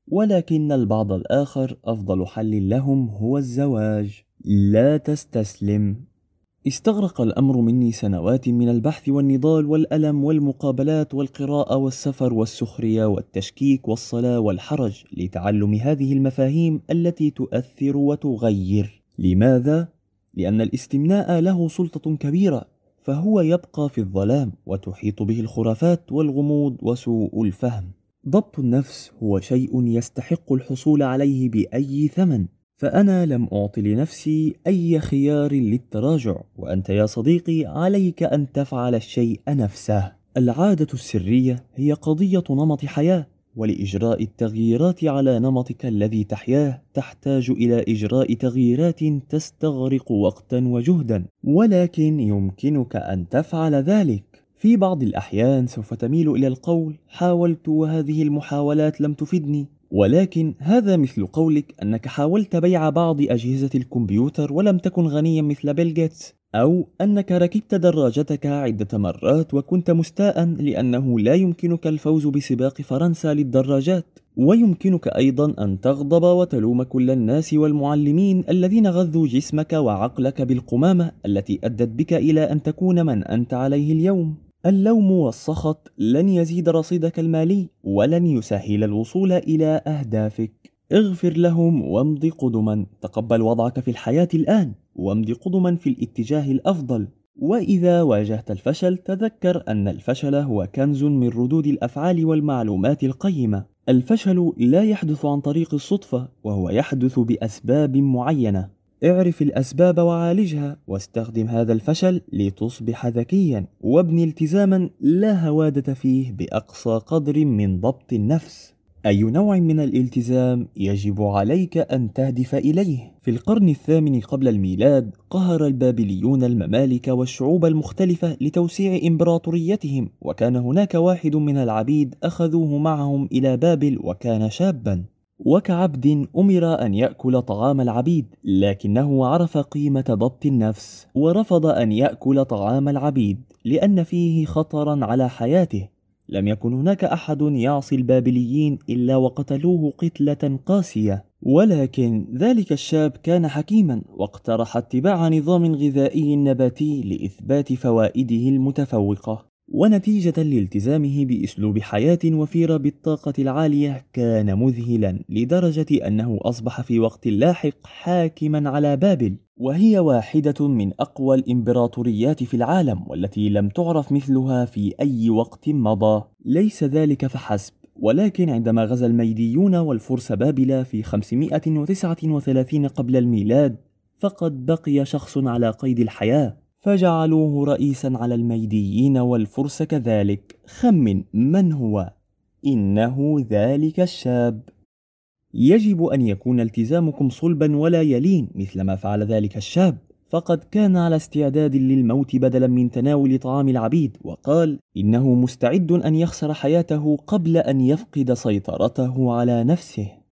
ولكن البعض الآخر أفضل حل لهم هو الزواج. لا تستسلم. استغرق الأمر مني سنوات من البحث والنضال والألم والمقابلات والقراءة والسفر والسخرية والتشكيك والصلاة والحرج لتعلم هذه المفاهيم التي تؤثر وتغير. لماذا؟ لأن الاستمناء له سلطة كبيرة، فهو يبقى في الظلام وتحيط به الخرافات والغموض وسوء الفهم. ضبط النفس هو شيء يستحق الحصول عليه بأي ثمن، فأنا لم أعط لنفسي أي خيار للتراجع، وأنت يا صديقي عليك أن تفعل الشيء نفسه. العادة السرية هي قضية نمط حياة، ولإجراء التغييرات على نمطك الذي تحياه تحتاج إلى إجراء تغييرات تستغرق وقتا وجهدا، ولكن يمكنك أن تفعل ذلك. في بعض الأحيان سوف تميل إلى القول حاولت وهذه المحاولات لم تفدني، ولكن هذا مثل قولك أنك حاولت بيع بعض أجهزة الكمبيوتر ولم تكن غنيا مثل بيل جيتس، أو أنك ركبت دراجتك عدة مرات وكنت مستاء لأنه لا يمكنك الفوز بسباق فرنسا للدراجات. ويمكنك أيضا أن تغضب وتلوم كل الناس والمعلمين الذين غذوا جسمك وعقلك بالقمامة التي أدت بك إلى أن تكون من أنت عليه اليوم. اللوم والسخط لن يزيد رصيدك المالي ولن يسهل الوصول إلى أهدافك. اغفر لهم وامض قدما. تقبل وضعك في الحياة الآن وامض قدما في الاتجاه الأفضل. وإذا واجهت الفشل تذكر أن الفشل هو كنز من ردود الأفعال والمعلومات القيمة. الفشل لا يحدث عن طريق الصدفة، وهو يحدث بأسباب معينة. اعرف الأسباب وعالجها، واستخدم هذا الفشل لتصبح ذكيا، وابني التزاما لا هوادة فيه بأقصى قدر من ضبط النفس. أي نوع من الالتزام يجب عليك أن تهدف إليه؟ في القرن الثامن قبل الميلاد قهر البابليون الممالك والشعوب المختلفة لتوسيع إمبراطوريتهم، وكان هناك واحد من العبيد أخذوه معهم إلى بابل وكان شابا، وكعبد أمر أن يأكل طعام العبيد، لكنه عرف قيمة ضبط النفس ورفض أن يأكل طعام العبيد لأن فيه خطرا على حياته. لم يكن هناك أحد يعصي البابليين إلا وقتلوه قتلة قاسية، ولكن ذلك الشاب كان حكيما واقترح اتباع نظام غذائي نباتي لإثبات فوائده المتفوقة. ونتيجة لالتزامه بأسلوب حياة وفير بالطاقة العالية كان مذهلا لدرجة أنه أصبح في وقت لاحق حاكما على بابل، وهي واحدة من أقوى الإمبراطوريات في العالم والتي لم تعرف مثلها في أي وقت مضى. ليس ذلك فحسب، ولكن عندما غزا الميديون والفرس بابل في خمسمائة وتسعة وثلاثين قبل الميلاد فقد بقي شخص على قيد الحياة، فجعلوه رئيسا على الميديين والفرس كذلك. خمن من هو؟ إنه ذلك الشاب. يجب أن يكون التزامكم صلبا ولا يلين مثلما فعل ذلك الشاب، فقد كان على استعداد للموت بدلا من تناول طعام العبيد، وقال إنه مستعد أن يخسر حياته قبل أن يفقد سيطرته على نفسه.